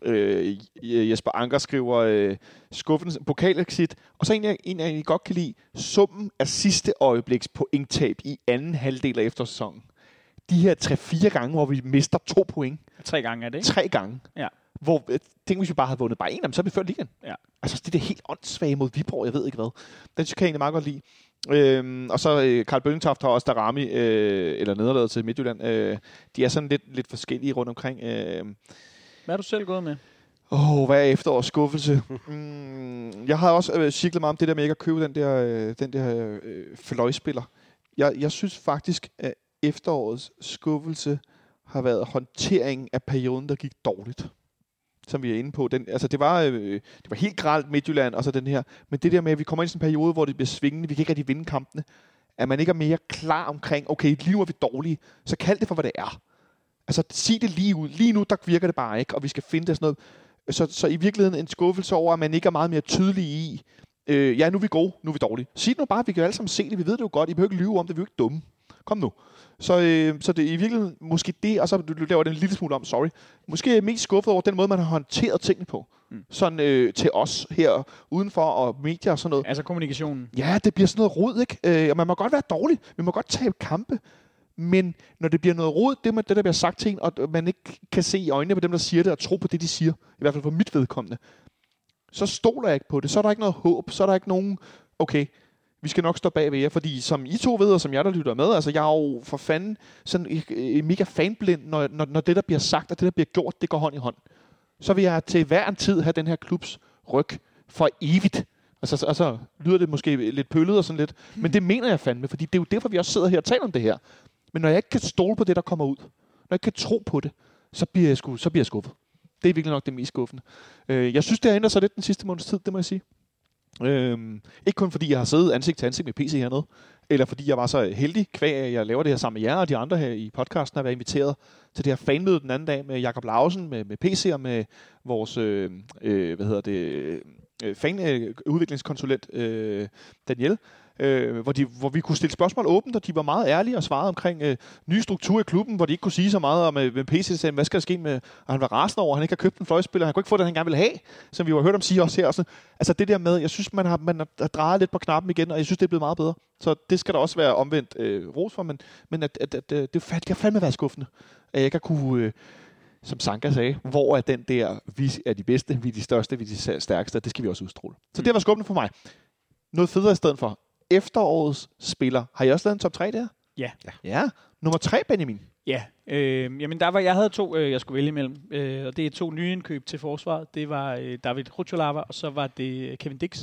Jesper Anker skriver skuffelsen, pokalexit, og så en jeg godt kan lide, summen af sidste øjebliks pointtab i anden halvdel af eftersæsonen. De her 3-4 gange, hvor vi mister 2 point. 3 gange er det, ikke? 3 gange. Ja. Hvor, tænk, hvis vi bare havde vundet bare en af dem, så havde vi ført ligaen. Ja. Altså, det er helt åndssvage mod Viborg, jeg ved ikke hvad. Den synes jeg egentlig meget godt lide. Og så Carl Bøllingtoft har også Darami, eller nederlaget til Midtjylland. De er sådan lidt forskellige rundt omkring. Hvad er du selv gået med? Hvad er efterårs skuffelse? Jeg har også cirklet meget om det der med ikke at købe den der fløjspiller. Jeg synes faktisk, at efterårets skuffelse har været håndteringen af perioden, der gik dårligt. Som vi er inde på. Det var helt grelt Midtjylland og så den her. Men det der med, at vi kommer ind i sådan en periode, hvor det bliver svingende, vi kan ikke rigtig vinde kampene. At man ikke er mere klar omkring, okay, lige nu er vi dårlige, så kald det for, hvad det er. Altså, sig det lige ud. Lige nu, der virker det bare ikke, og vi skal finde det sådan noget. Så i virkeligheden en skuffelse over, at man ikke er meget mere tydelig i, nu er vi gode, nu er vi dårlige. Sig det nu bare, vi kan alle sammen se det, vi ved det jo godt, I behøver ikke lyve om det, vi er jo ikke dumme. Kom nu. Så det er i virkeligheden måske det, og så laver det en lille smule om, sorry. Måske er jeg mest skuffet over den måde, man har håndteret tingene på. Sådan til os her udenfor, og medier og sådan noget. Altså kommunikationen. Ja, det bliver sådan noget rod, ikke? Og man må godt være dårlig, vi må godt tabe kampe. Men når det bliver noget rod, det der bliver sagt til en, og man ikke kan se i øjnene på dem, der siger det, og tro på det, de siger, i hvert fald for mit vedkommende, så stoler jeg ikke på det. Så er der ikke noget håb, så er der ikke nogen, okay, vi skal nok stå bag ved jer, fordi som I to ved, og som jeg der lytter med, altså jeg er jo for fanden sådan mega fanblind, når det, der bliver sagt, og det, der bliver gjort, det går hånd i hånd. Så vil jeg til hver en tid have den her klubs ryg for evigt. Altså lyder det måske lidt pøllet og sådan lidt, men det mener jeg fandme, fordi det er jo derfor, vi også sidder her og taler om det her. Men når jeg ikke kan stole på det, der kommer ud, når jeg ikke kan tro på det, så bliver jeg skuffet. Det er virkelig nok det mest skuffende. Jeg synes, det har ændret sig lidt den sidste måneds tid, det må jeg sige. Ikke kun fordi jeg har siddet ansigt til ansigt med PC hernede, eller fordi jeg var så heldig, kvæg at jeg laver det her sammen med jer og de andre her i podcasten, har været inviteret til det her fanmøde den anden dag med Jakob Lausen, med PC og med vores fanudviklingskonsulent Daniel. Hvor vi kunne stille spørgsmål åbent, og de var meget ærlige og svarede omkring nye strukturer i klubben, hvor de ikke kunne sige så meget om med PC, sagde, hvad skal der ske med, og han var rasende over, at han ikke har købt en fløjspiller, han kunne ikke få det, han gerne ville have, som vi har hørt om sige også her. Også. Altså det der med, jeg synes, man har drejet lidt på knappen igen, og jeg synes, det er blevet meget bedre. Så det skal der også være omvendt ros for, men at det kan fandme være skuffende, at jeg ikke har kunne... som Sanka sagde, hvor er den der, vi er de bedste, vi er de største, vi er de stærkeste, det skal vi også udstråle. Så det var skuffende for mig. Noget federe i stedet for. efterårets spiller. Har I også lavet en top 3 der? Ja. Nummer 3, Benjamin. Ja, jamen jeg havde 2, jeg skulle vælge imellem, og det er 2 nye indkøb til forsvaret. Det var David Rucholava, og så var det Kevin Dix,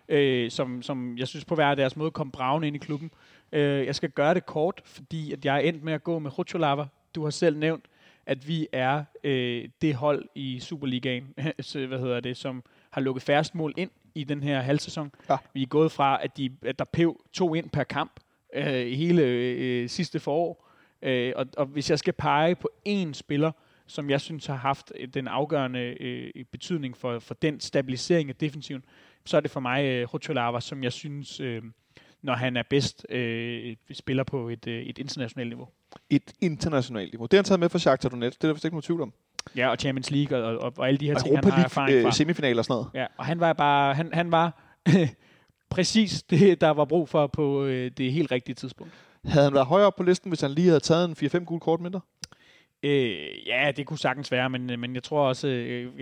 som jeg synes på hver deres måde kom bragende ind i klubben. Jeg skal gøre det kort, fordi at jeg er endt med at gå med Rucholava. Du har selv nævnt, at vi er det hold i Superligaen, som har lukket færrest mål ind i den her halvsæson. Ja. Vi er gået fra, at der pev 2 ind per kamp i hele sidste forår. Og hvis jeg skal pege på én spiller, som jeg synes har haft den afgørende betydning for den stabilisering af defensiven, så er det for mig Rucholava, som jeg synes, når han er bedst, spiller på et internationalt niveau. Et internationalt niveau. Det har han taget med fra Shakhtar Donetsk. Det er der vist ikke nogen tvivl om. Ja, og Champions League og alle de her ting, han har erfaring fra. Semifinaler og sådan noget. Ja, og han var præcis det, der var brug for på det helt rigtige tidspunkt. Havde han været højere op på listen, hvis han lige havde taget en 4-5 gule kort mindre? Ja, det kunne sagtens være, men jeg tror også...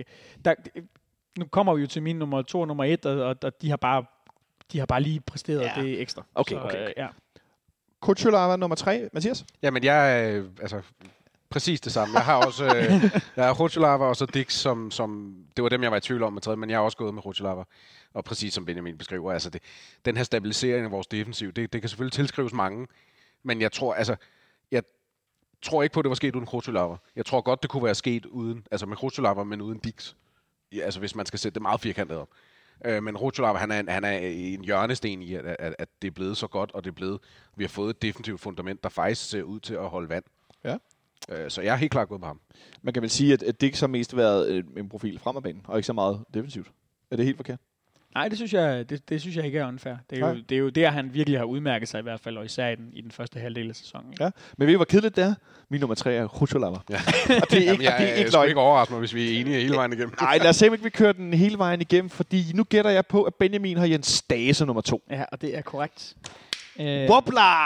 nu kommer vi jo til min nummer 2 og nummer 1, og de har bare lige præsteret det ekstra. Okay. Ja. Rucholava nummer 3. Mathias? Jamen, jeg er præcis det samme. Jeg har også jeg har Rucholava og så Dix, som det var dem, jeg var i tvivl om med tredje, men jeg har også gået med Rucholava. Og præcis som Benjamin beskriver, altså den her stabilisering af vores defensiv, det kan selvfølgelig tilskrives mange, men jeg tror ikke på, at det var sket uden Rucholava. Jeg tror godt, det kunne være sket uden, altså med Rucholava, men uden Dix. Ja, altså hvis man skal sætte det meget firkantet op. Men Rucholava, han er en hjørnesten i, at det er blevet så godt, og vi har fået et defensivt fundament, der faktisk ser ud til at holde vand. Ja. Så jeg er helt klart gået på ham. Man kan vel sige, at Dix har mest været en profil frem ad banen, og ikke så meget defensivt. Er det helt forkert? Nej, det synes jeg ikke er unfair. Det er jo der, han virkelig har udmærket sig i hvert fald, og især i den første halvdel af sæsonen. Ja, men ved I, hvor kedeligt det er? Min nummer 3 er Rucholava. Ja. Og det er ikke, jeg skulle ikke overraske mig, hvis vi er enige hele vejen igennem. Nej, lad os se, om ikke vi kører den hele vejen igennem, fordi nu gætter jeg på, at Benjamin har Jens Stase nummer 2. Ja, og det er korrekt. Bobla!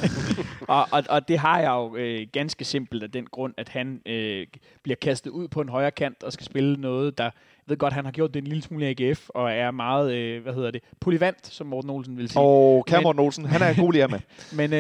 og det har jeg jo ganske simpelt af den grund, at han bliver kastet ud på en højre kant og skal spille noget, der... Jeg ved godt, han har gjort det en lille smule i AGF, og er meget, polyvant, som Morten Olsen vil sige. Kære Morten Olsen, han er en god lige med. Men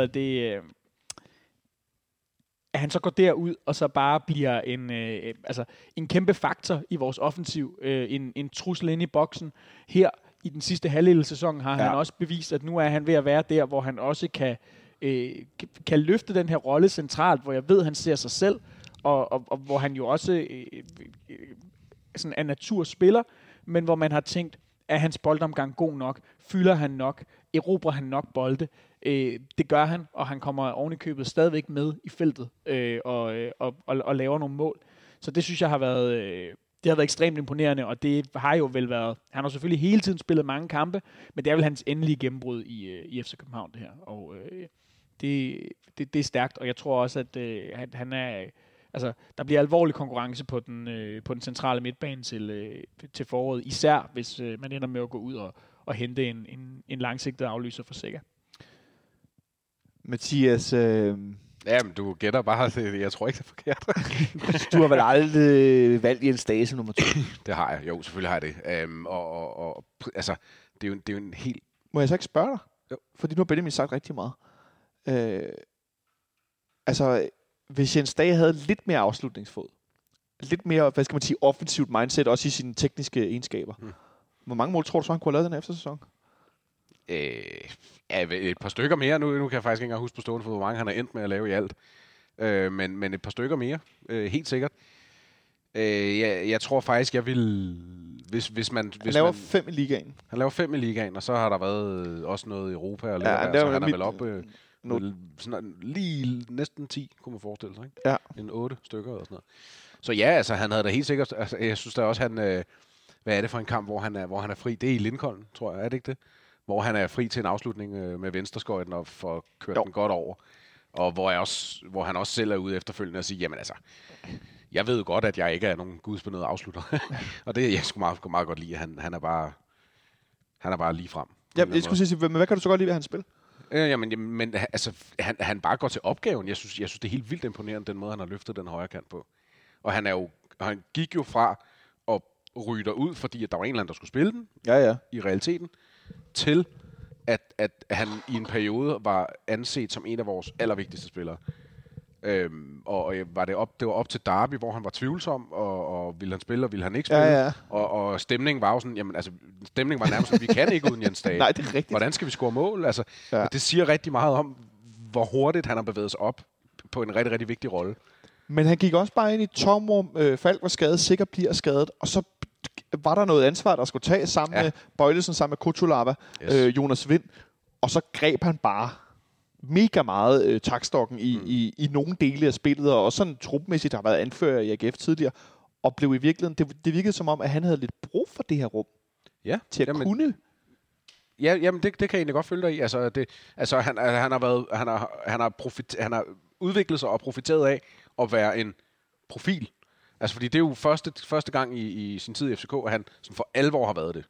at han så går derud, og så bare bliver en kæmpe faktor i vores offensiv, en trussel inde i boksen. Her i den sidste halvdel af sæsonen har han også bevist, at nu er han ved at være der, hvor han også kan løfte den her rolle centralt, hvor jeg ved, han ser sig selv, og hvor han jo også... sådan en naturspiller, men hvor man har tænkt, er hans boldomgang god nok? Fylder han nok? Erobrer han nok bolde? Det gør han, og han kommer oven i købet stadigvæk med i feltet og laver nogle mål. Så det synes jeg har været ekstremt imponerende, og det har jo vel været... Han har selvfølgelig hele tiden spillet mange kampe, men det er vel hans endelige gennembrud i FC København, det her. Og det er stærkt, og jeg tror også, at han er... Altså, der bliver alvorlig konkurrence på den centrale midtbane til foråret, især hvis man ender med at gå ud og hente en langsigtet aflyser for Sega. Mathias... Jamen, du gætter bare, jeg tror ikke, det er forkert. Du har vel aldrig valgt Jens Stase nummer 2? Det har jeg, jo, selvfølgelig har jeg det. Altså, det er jo en helt... Må jeg så ikke spørge dig? Jo. Fordi nu har Benjamin sagt rigtig meget. Hvis Jens Stage havde lidt mere afslutningsfod, lidt mere, hvad skal man sige, offensivt mindset, også i sine tekniske egenskaber. Hvor mange mål tror du så, han kunne have lavet den efter sæson? Et par stykker mere. Nu kan jeg faktisk ikke engang huske på stående, for hvor mange han har endt med at lave i alt. Men et par stykker mere, helt sikkert. Jeg tror faktisk, jeg vil... Hvis man laver 5 i ligaen. Han laver 5 i ligaen, og så har der været også noget i Europa, og så han er vel op... sådan lige næsten 10, kunne man forestille sig, ikke? Ja. En 8 stykker og sådan noget. Så ja, altså han havde da helt sikkert... Altså, jeg synes da også, han... hvad er det for en kamp, hvor han er fri? Det er i Lincoln, tror jeg. Er det ikke det? Hvor han er fri til en afslutning med venstreskøjten og får kørt den godt over. Og hvor han også selv er ude efterfølgende og siger, jamen altså... Jeg ved godt, at jeg ikke er nogen gudsbenødet afslutter. Og det jeg sgu meget godt lide. Han er bare lige frem. Ja, jeg skulle sige, men hvad kan du så godt lide ved hans spil? Men altså, han bare går til opgaven. Jeg synes, det er helt vildt imponerende, den måde, han har løftet den højre kant på. Og han gik jo fra at ryge ud, fordi at der var en eller anden, der skulle spille den, i realiteten, til at han i en periode var anset som en af vores allervigtigste spillere. Det var op til Derby, hvor han var tvivlsom, og ville han spille, og ville han ikke spille. Ja. Og stemningen var jo sådan, jamen altså, stemningen var nærmest, vi kan ikke uden Jens Dage. Nej, det er rigtigt. Hvordan skal vi score mål? Altså, det siger rigtig meget om, hvor hurtigt han har bevæget sig op på en rigtig, rigtig vigtig rolle. Men han gik også bare ind i tomrum. Falk var skadet, sikkert bliver skadet, og så var der noget ansvar, der skulle tages sammen med Bøjlesen, sammen med Kutulava, Jonas Vind, og så greb han bare mega meget takstokken i nogle dele af spillet, og også sådan trupmæssigt, der har været anfører i AGF tidligere, og blev i virkeligheden, det virkede som om, at han havde lidt brug for det her rum, til at kunne. Ja, jamen det kan jeg egentlig godt følge dig i. Altså, han har udviklet sig og profiteret af at være en profil. Altså, fordi det er jo første gang i sin tid i FCK, at han sådan for alvor har været det.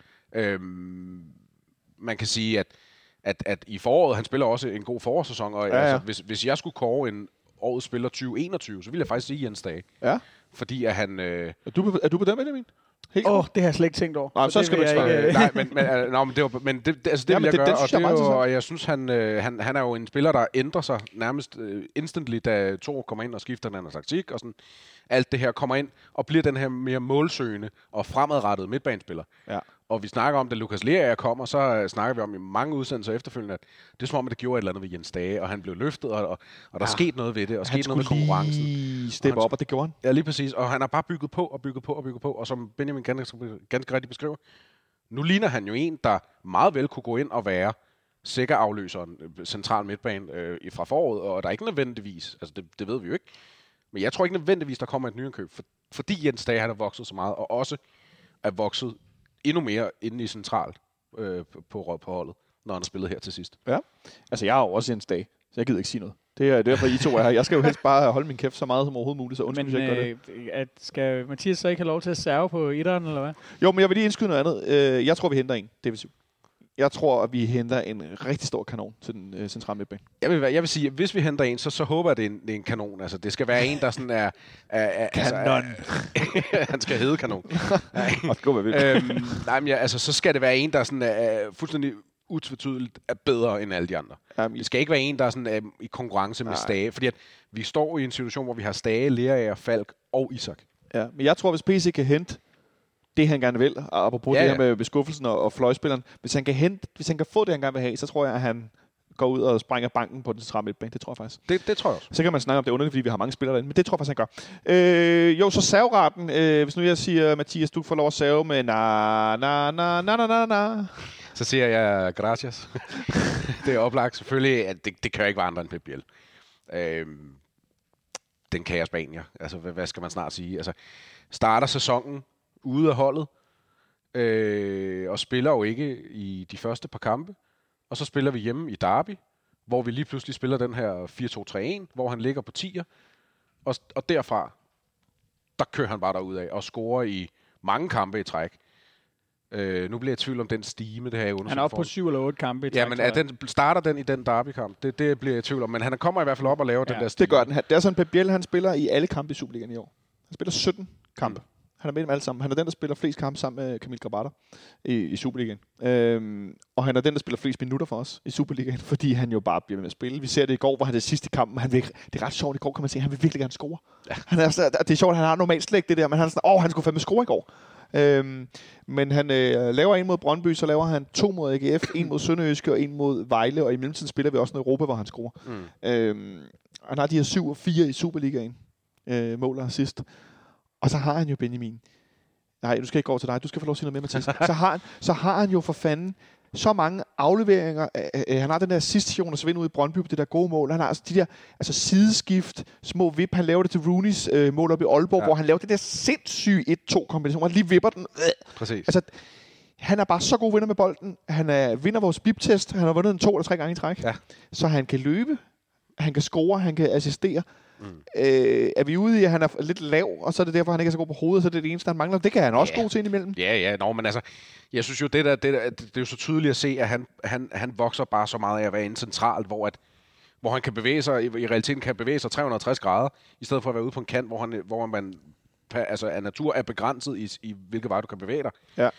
Man kan sige, at i foråret, han spiller også en god forårssæson, og altså, hvis jeg skulle kåre en årets spiller 2021, så ville jeg faktisk sige Jens Dage. Ja. Fordi at han... Er du på den, Benjamin? Det har jeg slet ikke tænkt over. Nej, så skal du ikke svare. Nej, det vil jeg gøre, og jeg synes, han er jo en spiller, der ændrer sig nærmest instantly, da Thor kommer ind og skifter den her taktik, og sådan alt det her kommer ind, og bliver den her mere målsøgende og fremadrettet midtbanespiller. Ja. Og vi snakker om, da Lukas Lerager kommer, så snakker vi om i mange udsendelser efterfølgende, at det er som om, at det gjorde et eller andet ved Jens Dage, og han blev løftet, og der skete noget ved det, og skete noget med konkurrencen. Han steppe op, og det gjorde han. Ja, lige præcis. Og han har bare bygget på, og som Benjamin ganske rigtig beskriver, nu ligner han jo en, der meget vel kunne gå ind og være sikker afløseren, central midtbane fra foråret, og der er ikke nødvendigvis, altså det ved vi jo ikke, men jeg tror ikke nødvendigvis, der kommer et nyindkøb, fordi Jens Dage han er vokset så meget, og også er vokset endnu mere inde i centralt på holdet, når han har spillet her til sidst. Ja, altså jeg har jo også Jens Dage, så jeg gider ikke sige noget. Det er derfor, I to er her. Jeg skal jo helst bare holde min kæft så meget som overhovedet muligt, så undskyld, hvis jeg ikke gør det. Skal Mathias så ikke have lov til at serve på etteren, eller hvad? Jo, men jeg vil lige indskyde noget andet. Jeg tror, vi henter en defensiv. Jeg tror, at vi henter en rigtig stor kanon til den centrale midtbane. Jeg vil sige, at hvis vi henter en, så håber jeg, at det er en kanon. Altså, det skal være en, der sådan er... kanon. Han skal hedde kanon. Så skal det være en, der sådan er fuldstændig utvetydigt er bedre end alle de andre. Det skal ikke være en, der er sådan i konkurrence med Stage, fordi at vi står i en situation, hvor vi har Stage, Lerager, Falk og Isak. Ja, men jeg tror, hvis PC kan hente det, han gerne vil, og apropos det her med beskuffelsen og fløjspilleren, hvis han kan få det, han gerne vil have, så tror jeg, at han går ud og sprænger banken på den centrale midtbane. Det tror jeg faktisk. Det tror jeg også. Så kan man snakke om det underligt, fordi vi har mange spillere derinde, men det tror jeg faktisk, han gør. Så serveretten. Hvis nu jeg siger, Mathias, du får lov at serve med na. Så siger jeg gracias. Det er oplagt. Selvfølgelig, at det kan jo ikke være andre end Pep Biel. Den kære Spanier. Altså, hvad skal man snart sige? Altså, starter sæsonen ude af holdet, og spiller jo ikke i de første par kampe. Og så spiller vi hjemme i Derby, hvor vi lige pludselig spiller den her 4-2-3-1, hvor han ligger på 10'er. Og derfra, der kører han bare derudad og scorer i mange kampe i træk. Nu bliver jeg i tvivl om den stime, det her jeg undersøger. Han er oppe på 7 eller 8 kampe i træk. Ja, men starter den i den Derby-kamp? Det bliver jeg i tvivl om. Men han kommer i hvert fald op og laver den der stime. Det gør den. Det er sådan, Pep Biel, han spiller i alle kampe i Superligaen i år. Han spiller 17 kampe. Han er med dem alle sammen. Han er den, der spiller flest kampe sammen med Kamil Grabata i Superligaen. Og han er den, der spiller flest minutter for os i Superligaen, fordi han jo bare bliver med at spille. Vi ser det i går, hvor han det sidste kamp, det er ret sjovt i går, kan man sige, han vil virkelig gerne score. Ja. Det er sjovt, han har normalt slet ikke det der, men han er sådan, han skulle fandme score i går. Men han laver en mod Brøndby, så laver han 2 mod AGF, 1 mod Sønderjyske og 1 mod Vejle, og i mellemtiden spiller vi også noget Europa, hvor han scorer. Han har de her 7 og 4 i Superligaen, mål og assist. Og så har han jo Benjamin. Nej, du skal ikke gå til dig. Du skal få lov at sige noget mere, Mathias. Så har han jo for fanden så mange afleveringer. Han har den der sidste Jonas Vind ude i Brøndby på det der gode mål. Han har altså de der sideskift, små vip. Han laver det til Rooneys mål op i Aalborg, hvor han laver den der sindssyge 1-2-kombination. Han lige vipper den. Præcis. Altså, han er bare så god vinder med bolden. Han vinder vores bip-test. Han har vundet den 2 eller 3 gange i træk. Ja. Så han kan løbe, han kan score, han kan assistere. Er vi ude i, at han er lidt lav, og så er det derfor, han ikke er så god på hovedet, så det er det eneste, han mangler. Det kan han også god til indimellem. Men altså, jeg synes jo, det er jo så tydeligt at se, at han vokser bare så meget af at være inde centralt, hvor han kan bevæge sig, i realiteten kan bevæge sig 360 grader, i stedet for at være ude på en kant, hvor man altså af natur er begrænset i hvilke vej du kan bevæge dig. Ja.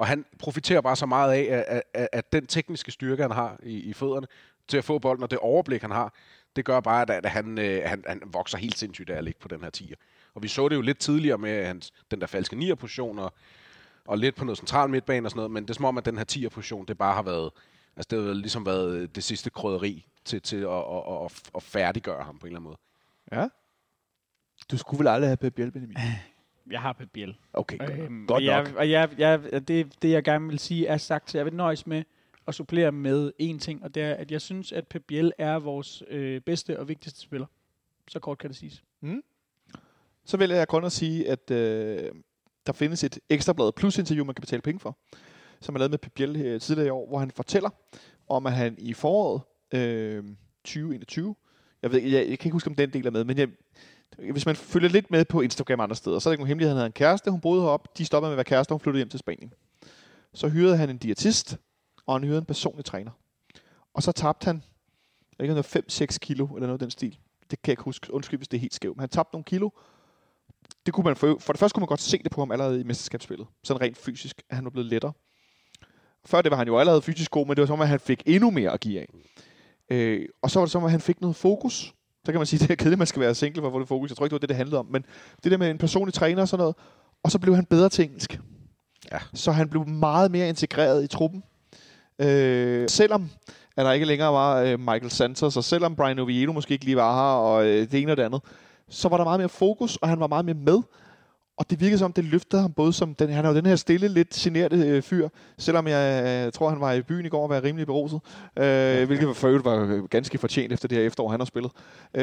Og han profiterer bare så meget af den tekniske styrke, han har i fødderne, til at få bolden, og det overblik, han har, det gør bare, at han vokser helt sindssygt af at ligge på den her 10'er. Og vi så det jo lidt tidligere med den der falske 9'er-position, og lidt på noget central midtbane og sådan noget, men det er som om, at den her 10'er-position, det bare har været, altså det har ligesom været det sidste krydderi til at færdiggøre ham på en eller anden måde. Ja. Du skulle vel aldrig have Pep Biel, Benjamin? Jeg har Pep Biel. Okay, godt nok. Og det jeg gerne vil sige er sagt, så jeg vil nøjes med at supplere med én ting, og det er, at jeg synes, at Pep Biel er vores bedste og vigtigste spiller. Så kort kan det siges. Så vil jeg kun at sige, at der findes et Ekstrablad Plus interview, man kan betale penge for, som er lavet med Pep Biel tidligere i år, hvor han fortæller om, at han i foråret 2021, jeg kan ikke huske, om den del er med, men hvis man følger lidt med på Instagram og andre steder, så er det ikke nogen hemmelighed, han havde en kæreste, hun boede heroppe, de stoppede med at være kærester, hun flyttede hjem til Spanien. Så hyrede han en diætist, og han hyrede en personlig træner. Og så tabte han, jeg ikke noget 5-6 kilo, eller noget af den stil. Det kan jeg ikke huske, undskyld, hvis det er helt skævt. Men han tabte nogle kilo. Det kunne man for det første kunne man godt se det på ham allerede i mesterskabsspillet. Sådan rent fysisk, at han var blevet lettere. Før det var han jo allerede fysisk god, men det var som, at han fik endnu mere at give af. Og så var det som, at han fik noget fokus. Så kan man sige, at det er kedeligt, at man skal være single for at få det fokus. Jeg tror ikke, det var det handlede om. Men det der med en personlig træner og sådan noget. Og så blev han bedre til engelsk. Ja. Så han blev meget mere integreret i truppen. Selvom at der ikke længere var Michael Santos, og selvom Brian Oviedo måske ikke lige var her, og det ene og det andet, så var der meget mere fokus, og han var meget mere med. Og det virkede som, det løftede ham både som, han er jo den her stille, lidt generte fyr, selvom jeg tror, han var i byen i går og var rimelig beruset, hvilket for øvrigt var ganske fortjent efter det her efterår, han har spillet.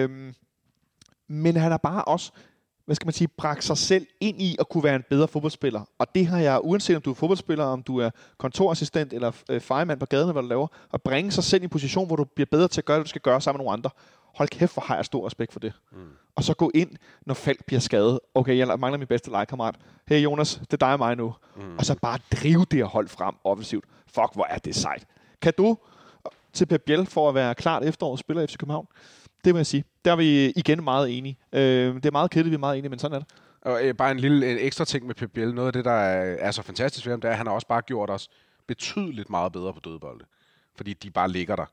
Men han har bare også, hvad skal man sige, bragt sig selv ind i at kunne være en bedre fodboldspiller. Og det har jeg, uanset om du er fodboldspiller, om du er kontorassistent eller fejemand på gaden, hvad du laver, at bringe sig selv i en position, hvor du bliver bedre til at gøre det, du skal gøre sammen med nogle andre. Hold kæft, hvor har jeg stor respekt for det. Og så gå ind, når Falk bliver skadet. Okay, jeg mangler min bedste legekammerat. Hey Jonas, det er dig og mig nu. Og så bare drive det her hold frem offensivt. Fuck, hvor er det sejt. Kan du til Pep Biel for at være klart efterårets spiller i FC København? Det må jeg sige. Der er vi igen meget enige. Det er meget kedeligt, vi er meget enige, men sådan er det. Og bare en lille ekstra ting med Pep Biel. Noget af det, der er så fantastisk ved ham, det er, at han har også bare gjort os betydeligt meget bedre på dødbolde. Fordi de bare ligger der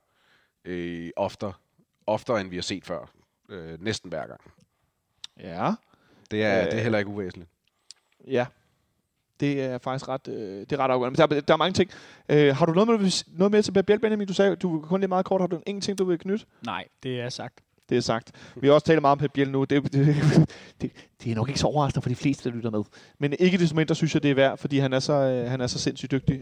oftere, end vi har set før. Næsten hver gang. Ja. Det er heller ikke uvæsentligt. Ja. Det er faktisk ret afgørende. Men der er mange ting. Har du noget med til Pep Biel, Benjamin? Du sagde, du kun lige meget kort. Har du ingenting, du vil knytte? Nej, det er sagt. Det er sagt. Vi har også talt meget om Pep Biel nu. Det er nok ikke så overraskende for de fleste, der lytter med. Men ikke det som der synes jeg, det er værd, fordi han er så sindssygt dygtig.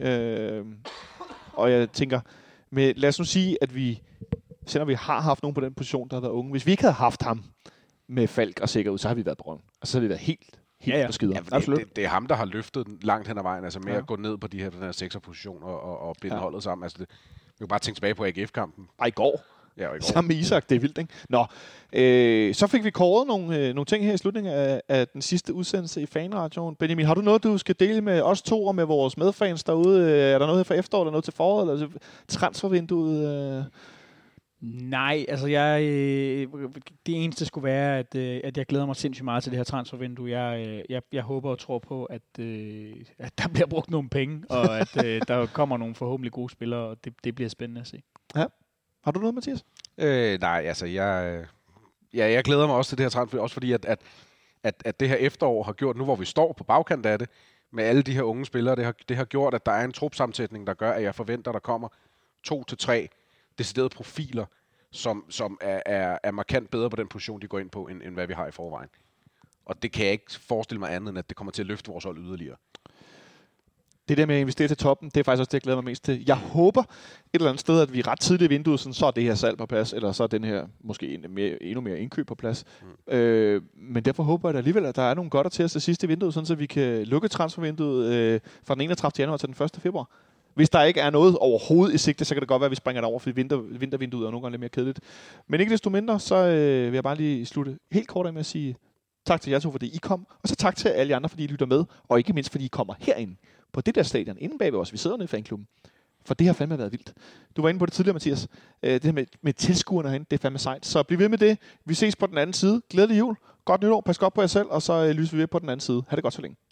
Og jeg tænker, lad os nu sige, at selvom vi har haft nogen på den position, der har været unge, hvis vi ikke havde haft ham med Falk og Sikker ud, så har vi været på røven. Og så har vi været helt på skider. Ja, det er ham, der har løftet den langt hen ad vejen, altså med at gå ned på den her 6'er-position og binde holdet sammen. Altså vi kan bare tænke tilbage på AGF-kampen. I går. Ja, i går. Sammen med Isak, det er vildt, ikke? Nå, så fik vi kåret nogle ting her i slutningen af den sidste udsendelse i Fanradioen. Benjamin, har du noget, du skal dele med os to og med vores medfans derude? Er der noget her for efteråret, eller noget til foråret, eller transfervinduet? Nej, altså det eneste skulle være, at jeg glæder mig sindssygt meget til det her transfervindue. Jeg håber og tror på, at der bliver brugt nogle penge, og at der kommer nogle forhåbentlig gode spillere, og det bliver spændende at se. Ja. Har du noget, Mathias? Nej, altså jeg glæder mig også til det her transfer, også fordi at det her efterår har gjort, nu hvor vi står på bagkant af det, med alle de her unge spillere, det har gjort, at der er en trupsammensætning, der gør, at jeg forventer, at der kommer 2 til 3 deciderede profiler, som er markant bedre på den position, de går ind på, end hvad vi har i forvejen. Og det kan jeg ikke forestille mig andet, end at det kommer til at løfte vores hold yderligere. Det der med at investere til toppen, det er faktisk også det, jeg glæder mig mest til. Jeg håber et eller andet sted, at vi ret tidligt i vinduet, så er det her salg på plads, eller så er den her måske endnu mere indkøb på plads. Men derfor håber jeg alligevel, at der er nogle godter til os til sidste vinduet, sådan så vi kan lukke transfervinduet fra den 31. januar til den 1. februar. Hvis der ikke er noget overhovedet i sigte, så kan det godt være, at vi springer det over, fordi vintervinduet er nogle gange lidt mere kedeligt. Men ikke desto mindre, så vil jeg bare lige slutte helt kort af med at sige tak til jer to, fordi I kom, og så tak til alle jer andre, fordi I lytter med, og ikke mindst, fordi I kommer herind på det der stadion, inden bagved os. Vi sidder nede i fanklubben. For det har fandme været vildt. Du var inde på det tidligere, Mathias. Det her med tilskuerne herinde, det er fandme sejt. Så bliv ved med det. Vi ses på den anden side. Glædelig jul. Godt nytår. Pas godt på jer selv, og så lyser vi ved på den anden side. Ha' det godt så længe.